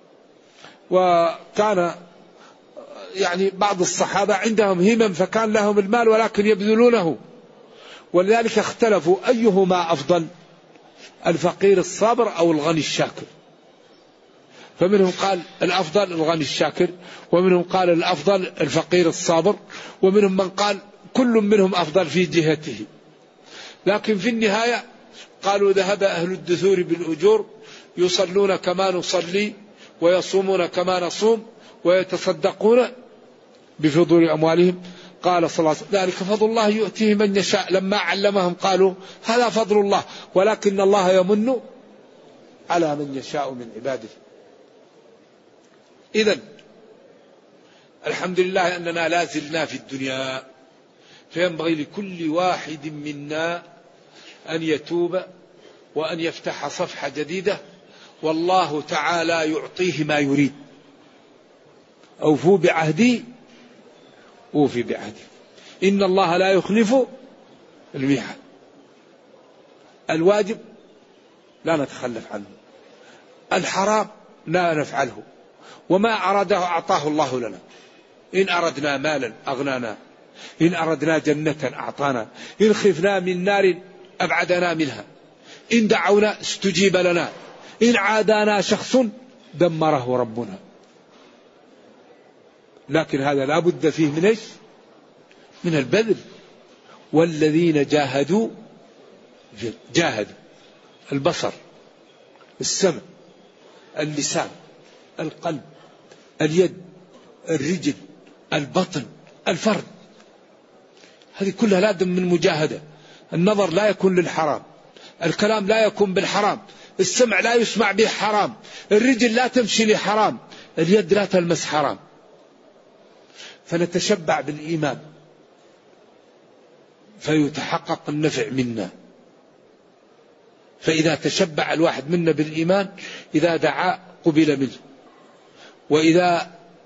وكان يعني بعض الصحابة عندهم همم فكان لهم المال ولكن يبذلونه، ولذلك اختلفوا أيهما أفضل، الفقير الصابر أو الغني الشاكر. فمنهم قال الأفضل الغني الشاكر، ومنهم قال الأفضل الفقير الصابر، ومنهم من قال كل منهم أفضل في جهته. لكن في النهاية قالوا ذهب أهل الدثور بالأجور، يصلون كما نصلي ويصومون كما نصوم ويتصدقون بفضول أموالهم. قال صلى الله عليه وسلم ذلك فضل الله يؤتيه من يشاء. لما علمهم قالوا هذا فضل الله، ولكن الله يمن على من يشاء من عباده. إذن الحمد لله أننا لا زلنا في الدنيا، فينبغي لكل واحد منا أن يتوب وأن يفتح صفحة جديدة، والله تعالى يعطيه ما يريد. أوفوا بعهدي أوفي بعهدي، إن الله لا يخلف الميعاد. الواجب لا نتخلف عنه، الحرام لا نفعله، وما أراده أعطاه الله لنا. إن أردنا مالا أغنانا، إن أردنا جنة أعطانا، إن خفنا من نار أبعدنا منها، إن دعونا استجيب لنا، إن عادانا شخص دمره ربنا. لكن هذا لا بد فيه من إيش؟ من البذل. والذين جاهدوا جاهدوا البصر، السمع، اللسان، القلب، اليد، الرجل، البطن، الفرد، هذه كلها لازم من مجاهدة. النظر لا يكون للحرام، الكلام لا يكون بالحرام، السمع لا يسمع به حرام، الرجل لا تمشي لحرام، اليد لا تلمس حرام. فنتشبع بالإيمان فيتحقق النفع منا. فإذا تشبع الواحد منا بالإيمان إذا دعا قبل منه، وإذا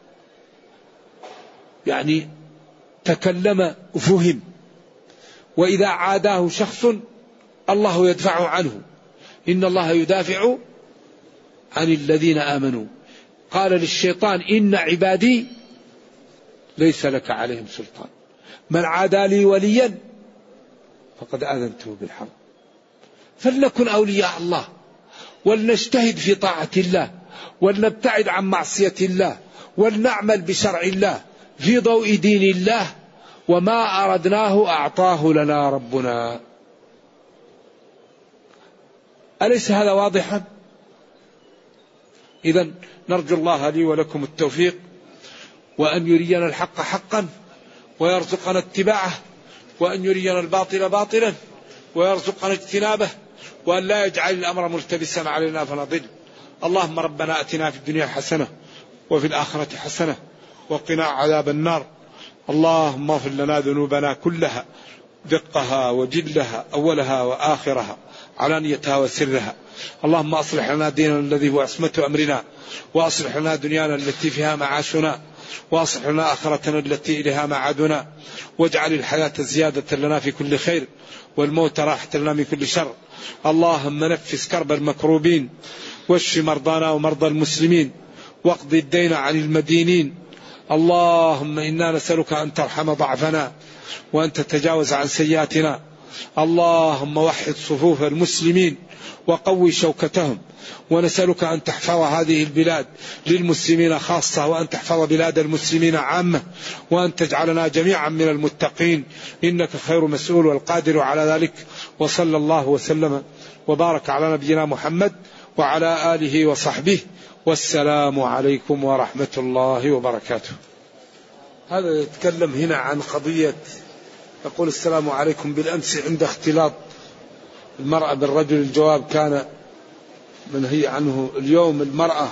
يعني تكلم فهم، وإذا عاداه شخص الله يدفع عنه. إن الله يدافع عن الذين آمنوا. قال للشيطان إن عبادي ليس لك عليهم سلطان، من عادى لي وليا فقد آذنته بالحرب. فلنكن أولياء الله، ولنجتهد في طاعة الله، ولنبتعد عن معصية الله، ولنعمل بشرع الله في ضوء دين الله، وما أردناه أعطاه لنا ربنا. أليس هذا واضحا؟ إذن نرجو الله لي ولكم التوفيق، وأن يرينا الحق حقا ويرزقنا اتباعه، وأن يرينا الباطل باطلا ويرزقنا اجتنابه، وأن لا يجعل الأمر ملتبسا علينا فنضل. اللهم ربنا أتنا في الدنيا حسنة وفي الآخرة حسنة وقنا عذاب النار. اللهم اغفر لنا ذنوبنا كلها دقها وجلها أولها وآخرها علانيتها وسرها. اللهم أصلح لنا ديننا الذي هو عصمة أمرنا، وأصلح لنا دنيانا التي فيها معاشنا، وأصلح لنا آخرتنا التي إليها معادنا، واجعل الحياة زيادة لنا في كل خير والموت راحة لنا من كل شر. اللهم نفس كرب المكروبين، واشف مرضانا ومرضى المسلمين، واقض الدين عن المدينين. اللهم إنا نسألك أن ترحم ضعفنا وأن تتجاوز عن سيئاتنا. اللهم وحد صفوف المسلمين وقوي شوكتهم، ونسألك أن تحفظ هذه البلاد للمسلمين خاصة، وأن تحفظ بلاد المسلمين عامة، وأن تجعلنا جميعا من المتقين، إنك خير مسؤول والقادر على ذلك. وصلى الله وسلم وبارك على نبينا محمد وعلى آله وصحبه، والسلام عليكم ورحمة الله وبركاته. هذا يتكلم هنا عن قضية، يقول السلام عليكم، بالأمس عند اختلاط المرأة بالرجل الجواب كان منهي عنه. اليوم المرأة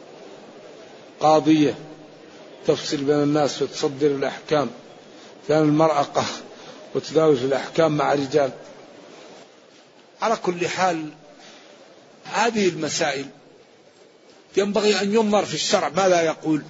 قاضية تفصل بين الناس وتصدر الأحكام، كان المرأة قه وتداول في الأحكام مع رجال. على كل حال هذه المسائل ينبغي أن ينظر في الشرع ماذا يقول.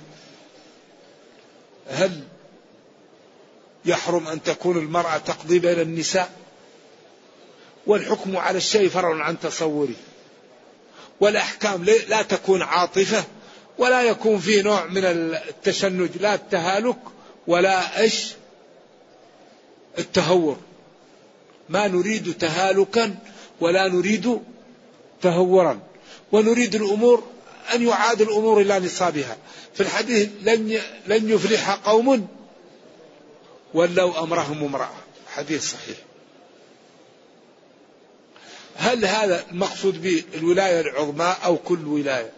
هل يحرم أن تكون المرأة تقضي بين النساء؟ والحكم على الشيء فرع عن تصوره، والأحكام لا تكون عاطفة ولا يكون فيه نوع من التشنج، لا التهالك ولا إيش التهور. ما نريد تهالكا ولا نريد تهورا، ونريد الأمور أن يعاد الأمور إلى نصابها. في الحديث لن لن يفلح قوم ولو أمرهم امرأة، حديث صحيح. هل هذا المقصود به الولاية العظمى أو كل ولاية؟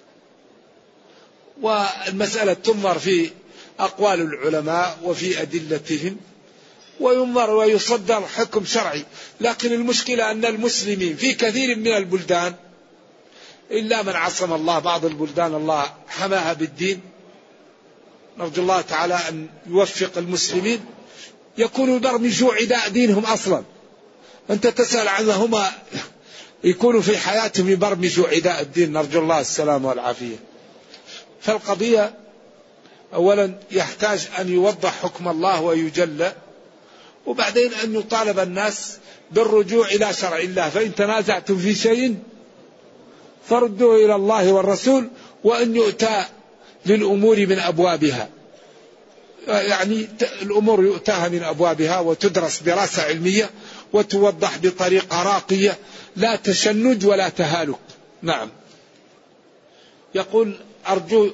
والمسألة تنظر في أقوال العلماء وفي أدلتهم، وينظر ويصدر حكم شرعي. لكن المشكلة أن المسلمين في كثير من البلدان، إلا من عصم الله، بعض البلدان الله حماها بالدين، نرجو الله تعالى أن يوفق المسلمين، يكونوا يبرمجوا عداء دينهم أصلا. أنت تسأل عنهم يكونوا في حياتهم يبرمجوا عداء الدين، نرجو الله السلامة والعافية. فالقضية أولا يحتاج أن يوضح حكم الله ويجلى، وبعدين أن يطالب الناس بالرجوع إلى شرع الله. فإن تنازعتم في شيء فردوه إلى الله والرسول، وأن يؤتى للأمور من أبوابها، يعني الأمور يؤتاها من أبوابها وتدرس دراسة علمية وتوضح بطريقة راقية، لا تشنج ولا تهالك. نعم. يقول أرجو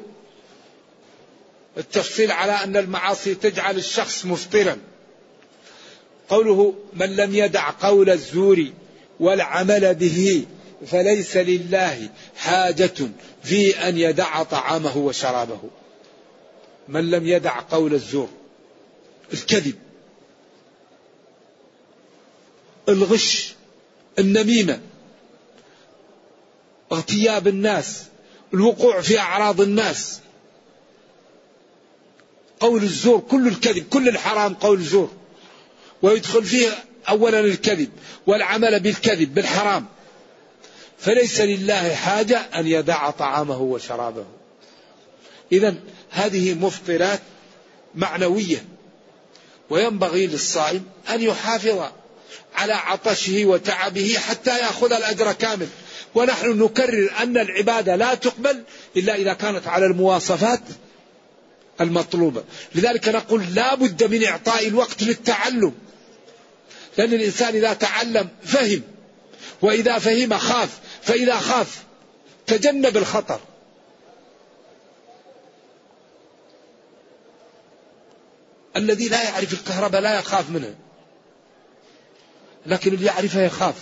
التفصيل على أن المعاصي تجعل الشخص مفطرا. قوله من لم يدع قول الزور والعمل به فليس لله حاجة في أن يدع طعامه وشرابه. من لم يدع قول الزور، الكذب، الغش، النميمة، اغتياب الناس، الوقوع في أعراض الناس، قول الزور، كل الكذب، كل الحرام قول الزور، ويدخل فيه أولا الكذب والعمل بالكذب بالحرام. فليس لله حاجة أن يدع طعامه وشرابه. إذن هذه مفطرات معنوية، وينبغي للصائم أن يحافظ على عطشه وتعبه حتى يأخذ الأجر كامل. ونحن نكرر أن العبادة لا تقبل إلا إذا كانت على المواصفات المطلوبة. لذلك نقول لا بد من إعطاء الوقت للتعلم، لأن الإنسان إذا تعلم فهم، وإذا فهم خاف، فإذا خاف تجنب الخطر. الذي لا يعرف الكهرباء لا يخاف منها، لكن اللي يعرفها يخاف.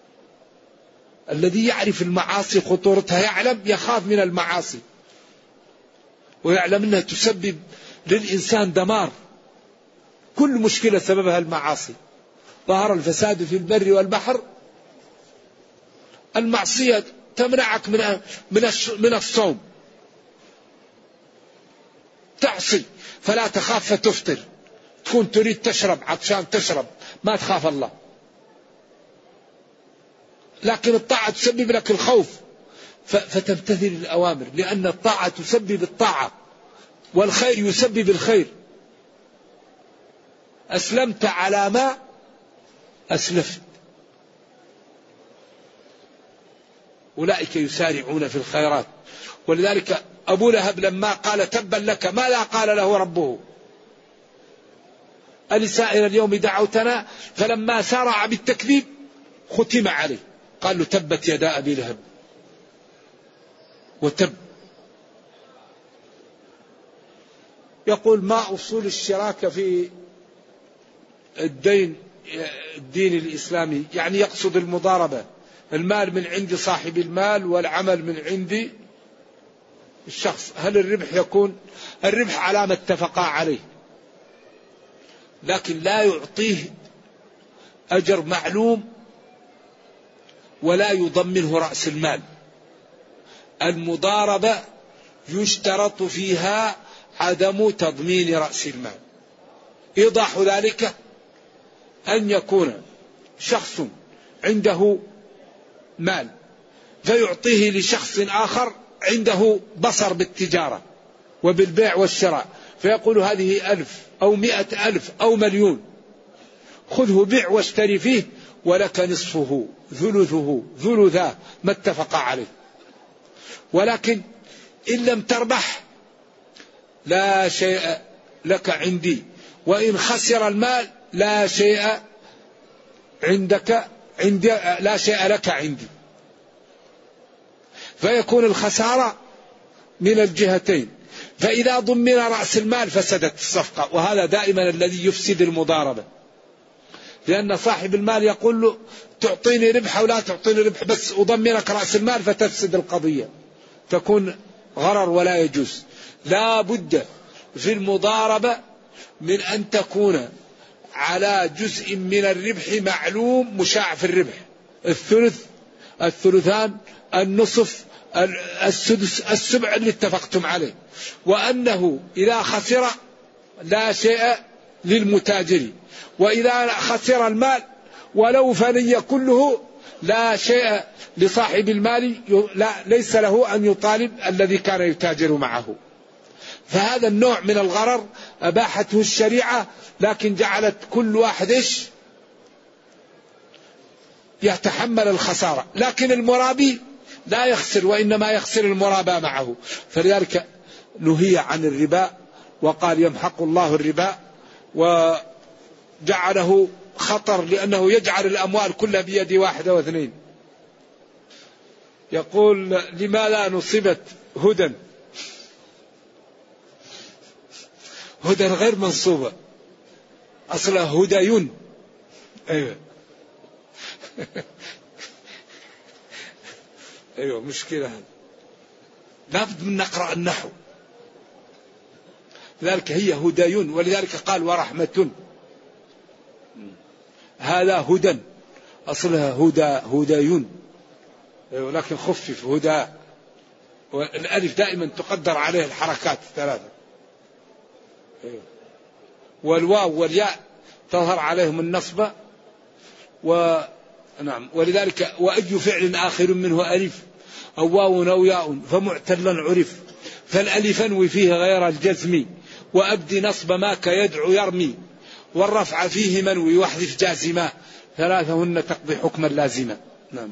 الذي يعرف المعاصي خطورتها يعلم، يخاف من المعاصي، ويعلم أنها تسبب للإنسان دمار. كل مشكلة سببها المعاصي. ظهر الفساد في البر والبحر، المعصية تمنعك من من الصوم، تعصي فلا تخاف فتفطر، تكون تريد تشرب عطشان تشرب ما تخاف الله. لكن الطاعة تسبب لك الخوف فتمتثل الأوامر، لأن الطاعة تسبب الطاعة والخير يسبب الخير. أسلمت على ما أسلفت. أولئك يسارعون في الخيرات. ولذلك أبو لهب لما قال تبا لك ماذا قال له ربه؟ ألسائر اليوم دعوتنا، فلما سارع بالتكذيب ختم عليه قال له تبت يدا أبي لهب وتب. يقول ما أصول الشراكة في الدين الدين الإسلامي؟ يعني يقصد المضاربة، المال من عند صاحب المال والعمل من عند الشخص. هل الربح يكون الربح على ما اتفقا عليه، لكن لا يعطيه أجر معلوم ولا يضمنه رأس المال. المضاربة يشترط فيها عدم تضمين رأس المال. إيضاح ذلك أن يكون شخص عنده مال فيعطيه لشخص آخر عنده بصر بالتجارة وبالبيع والشراء، فيقول هذه ألف أو مئة ألف أو مليون، خذه بيع واشتري فيه ولك نصفه ثلثه ثلثاه ما اتفق عليه. ولكن إن لم تربح لا شيء لك عندي، وإن خسر المال لا شيء عندك عندي لا شيء لك عندي. فيكون الخسارة من الجهتين. فإذا ضمن رأس المال فسدت الصفقة، وهذا دائما الذي يفسد المضاربة، لأن صاحب المال يقول له تعطيني ربح أو لا تعطيني ربح، بس أضمنك رأس المال فتفسد القضية، تكون غرر ولا يجوز. لا بد في المضاربة من أن تكون على جزء من الربح معلوم مشاع في الربح، الثلث الثلثان النصف السدس السبع اللي اتفقتم عليه، وأنه إذا خسر لا شيء للمتاجر، وإذا خسر المال ولو فني كله لا شيء لصاحب المال، لا ليس له أن يطالب الذي كان يتاجر معه. فهذا النوع من الغرر أباحته الشريعة، لكن جعلت كل واحد إيش يتحمل الخسارة، لكن المرابي لا يخسر وإنما يخسر المرابى معه. فلذلك نهي عن الربا وقال يمحق الله الربا، وجعله خطر لأنه يجعل الأموال كلها بيد واحدة واثنين. يقول لماذا نصبت هدى؟ هدى غير منصوبة، أصلها هديون. أيوة أيوة مشكلة هذا، لابد من نقرأ النحو. لذلك هي هديون، ولذلك قال ورحمة، هذا هدى أصلها هدى هديون، أيوة لكن خفف هدى، والألف دائما تقدر عليه الحركات الثلاثة، أيوة. والواو والياء تظهر عليهم النصب، ونعم ولذلك وأي فعل آخر منه ألف أو واو أو ياء فمعتلا عرف، فالألف انوي فيه غير الجزم، وأبدي نصب ما كيدعو يرمي، والرفع فيه منوي واحذف جازما، ثلاثهن تقضي حكما لازما. نعم.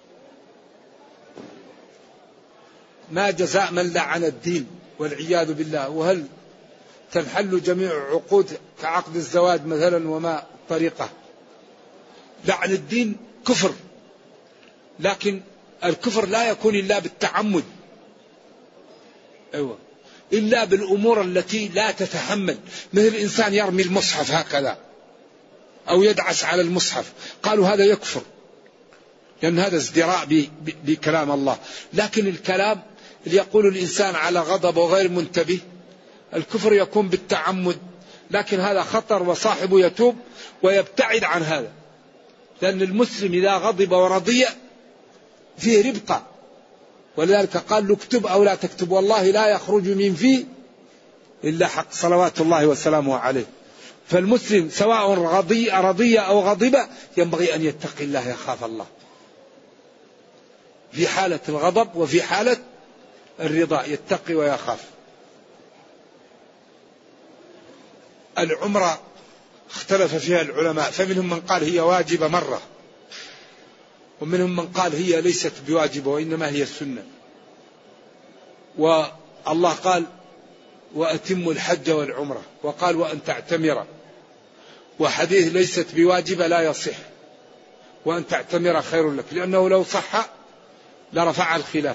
ما جزاء من لعن الدين والعياذ بالله؟ وهل تنحل جميع عقود كعقد الزواج مثلا وما طريقة؟ لعن الدين كفر، لكن الكفر لا يكون إلا بالتعمد، أيوة، إلا بالأمور التي لا تتحمل، مثل الإنسان يرمي المصحف هكذا أو يدعس على المصحف، قالوا هذا يكفر لأن هذا ازدراء بكلام الله. لكن الكلام اللي يقول الإنسان على غضب وغير منتبه، الكفر يكون بالتعمد، لكن هذا خطر وصاحبه يتوب ويبتعد عن هذا، لأن المسلم إذا غضب ورضي فيه ربقة، ولذلك قال له اكتب أو لا تكتب، والله لا يخرج من فيه إلا حق، صلوات الله وسلامه عليه. فالمسلم سواء رضي, رضي أو غضب ينبغي أن يتقي الله، يخاف الله في حالة الغضب وفي حالة الرضا، يتقي ويخاف. العمرة اختلف فيها العلماء، فمنهم من قال هي واجبة مرة، ومنهم من قال هي ليست بواجبة وإنما هي السنة. والله قال وأتموا الحج والعمرة، وقال وأن تعتمر، وحديث ليست بواجبة لا يصح، وأن تعتمر خير لك، لأنه لو صح لرفع الخلاف.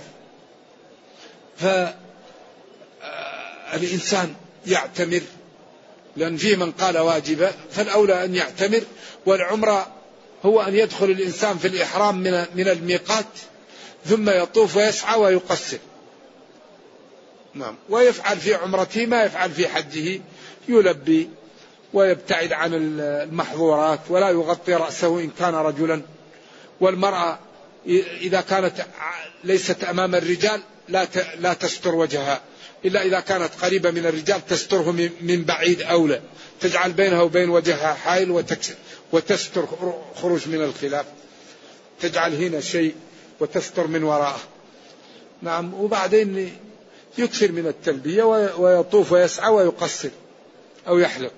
فالإنسان يعتمر، لأن فيه من قال واجبة، فالأولى أن يعتمر. والعمرة هو أن يدخل الإنسان في الإحرام من من الميقات، ثم يطوف ويسعى ويقصر. نعم، ويفعل في عمرته ما يفعل في حجه، يلبي ويبتعد عن المحظورات، ولا يغطي رأسه إن كان رجلا. والمرأة إذا كانت ليست أمام الرجال لا لا تستر وجهها، إلا إذا كانت قريبة من الرجال تستره من بعيد أولى، تجعل بينها وبين وجهها حائل وتستر خروج من الخلاف، تجعل هنا شيء وتستر من وراءه. نعم، وبعدين يكثر من التلبية ويطوف ويسعى ويقصر أو يحلق.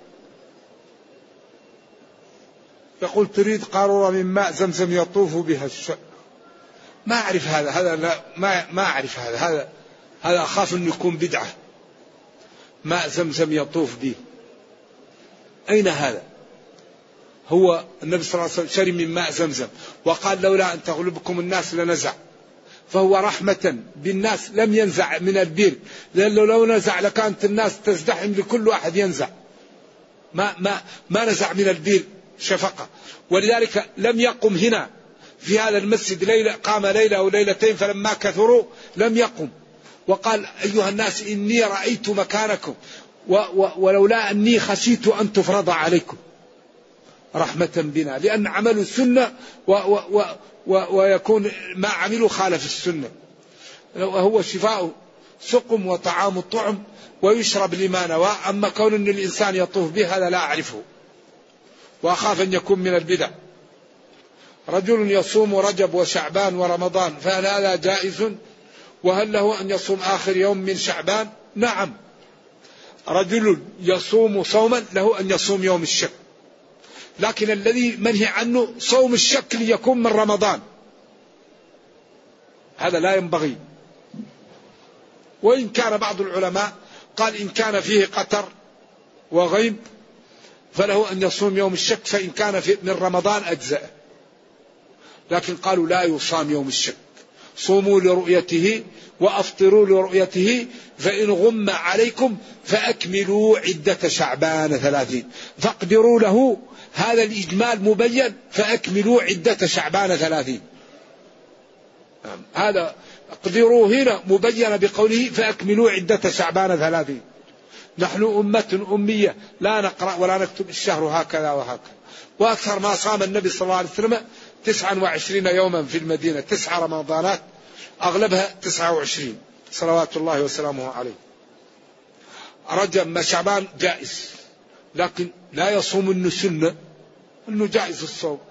يقول تريد قارورة من ماء زمزم يطوف بها الشعب. ما أعرف هذا هذا لا ما ما أعرف هذا هذا هذا أخاف أن يكون بدعة. ماء زمزم يطوف به، أين هذا؟ هو النبي صلى الله عليه وسلم شرب من ماء زمزم وقال لولا أن تغلبكم الناس لنزع، فهو رحمة بالناس لم ينزع من البير، لأنه لو نزع لكانت الناس تزدحم لكل واحد ينزع. ما ما ما نزع من البير شفقة. ولذلك لم يقم هنا في هذا المسجد ليلة، قام ليلة أو ليلتين فلما كثروا لم يقم وقال أيها الناس إني رأيت مكانكم و و ولولا أني خشيت أن تفرض عليكم، رحمة بنا، لأن عملوا السنة و و و و ويكون ما عملوا خالف السنة. وهو شفاء سقم وطعام الطعم ويشرب لما نوى. أما كون أن الإنسان يطوف به هذا لا أعرفه، وأخاف أن يكون من البدع. رجل يصوم رجب وشعبان ورمضان، فهل هذا جائز؟ وهل له أن يصوم آخر يوم من شعبان؟ نعم، رجل يصوم صوما له أن يصوم يوم الشك، لكن الذي منهي عنه صوم الشك ليكون من رمضان، هذا لا ينبغي. وإن كان بعض العلماء قال إن كان فيه قتر وغيم فله أن يصوم يوم الشك، فإن كان في من رمضان أجزأ، لكن قالوا لا يصام يوم الشك، صوموا لرؤيته وأفطروا لرؤيته، فإن غم عليكم فأكملوا عدة شعبان ثلاثين، فاقدروا له، هذا الإجمال مبين، فأكملوا عدة شعبان ثلاثين. هذا اقدروا هنا مبين بقوله فأكملوا عدة شعبان ثلاثين. نحن أمة أمية لا نقرأ ولا نكتب الشهر هكذا وهكذا. وأكثر ما صام النبي صلى الله عليه وسلم تسعة وعشرين يوما في المدينة، تسع رمضانات أغلبها تسعة وعشرين صلوات الله وسلامه عليه. رجب ما شعبان جائز، لكن لا يصوم إنه سنة، إنه جائز الصوم.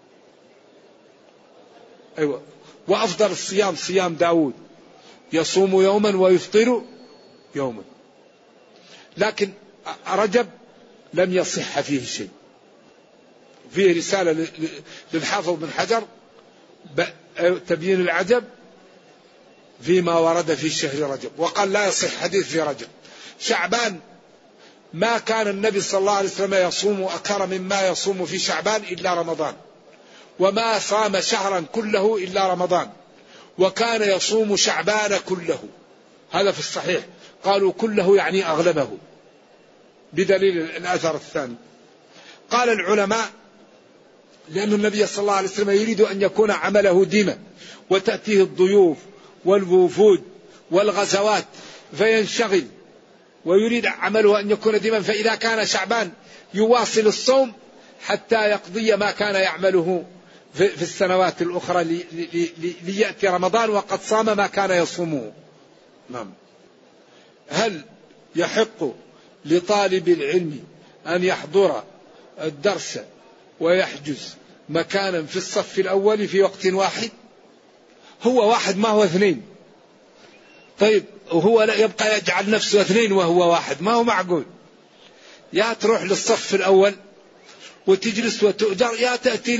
أيوة. وأفضل الصيام صيام داود، يصوم يوما ويفطر يوما. لكن رجب لم يصح فيه شيء. فيه رسالة للحافظ بن حجر تبيين العجب فيما ورد في شهر رجب، وقال لا يصح حديث في رجب. شعبان ما كان النبي صلى الله عليه وسلم يصوم أكثر مما يصوم في شعبان إلا رمضان، وما صام شهرا كله إلا رمضان، وكان يصوم شعبان كله، هذا في الصحيح. قالوا كله يعني أغلبه بدليل الأثر الثاني. قال العلماء لأن النبي صلى الله عليه وسلم يريد أن يكون عمله ديما، وتأتيه الضيوف والوفود والغزوات فينشغل، ويريد عمله أن يكون ديما، فإذا كان شعبان يواصل الصوم حتى يقضي ما كان يعمله في السنوات الأخرى لي لي ليأتي رمضان وقد صام ما كان يصومه. نعم. هل يحق لطالب العلم أن يحضر الدرس ويحجز مكانا في الصف الأول في وقت واحد؟ هو واحد ما هو اثنين. طيب وهو لا يبقى يجعل نفسه اثنين وهو واحد، ما هو معقول. يا تروح للصف الأول وتجلس وتؤجر، يا تأتي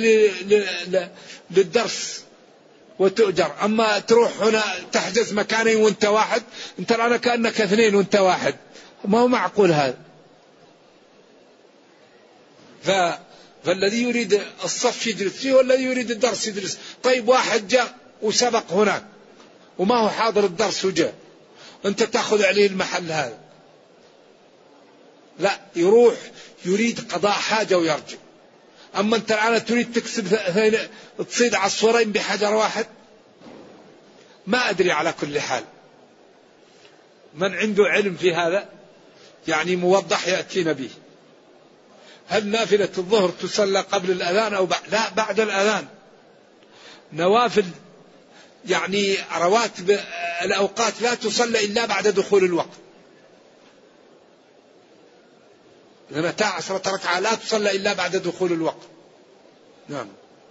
للدرس وتؤجر. أما تروح هنا تحجز مكانين وانت واحد، انت الآن كأنك اثنين وانت واحد، ما هو معقول هذا. ف... فالذي يريد الصف يجلس فيه والذي يريد الدرس يجلس. طيب واحد جاء وسبق هناك وما هو حاضر الدرس وجاء، انت تأخذ عليه المحل هذا؟ لا، يروح يريد قضاء حاجة ويرجع. أما أنت الآن تريد تكسب تصيد عصفورين بحجر واحد. ما أدري، على كل حال من عنده علم في هذا يعني موضح يأتينا به. هل نافلة الظهر تصلى قبل الأذان أو بعد؟ لا، بعد الأذان. نوافل يعني رواتب الأوقات لا تصلى إلا بعد دخول الوقت. اثنتا عشرة ركعة لا تصلى إلا بعد دخول الوقت. نعم.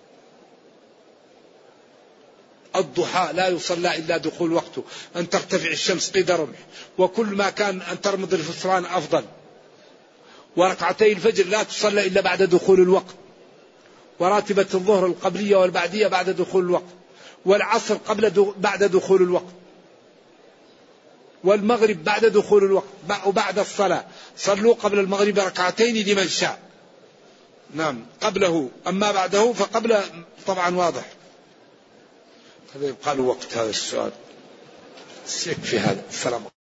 الضحى لا يصلى إلا دخول وقته، أن ترتفع الشمس قيد رمح، وكل ما كان أن ترمض الفسران أفضل. وركعتي الفجر لا تصلى إلا بعد دخول الوقت. وراتبة الظهر القبلية والبعدية بعد دخول الوقت. والعصر قبل دو بعد دخول الوقت. والمغرب بعد دخول الوقت وبعد الصلاة. صلوا قبل المغرب ركعتين لمن شاء. نعم قبله، أما بعده فقبل طبعا واضح. هذا يبقى له وقت هذا السؤال. يكفي هذا. السلام.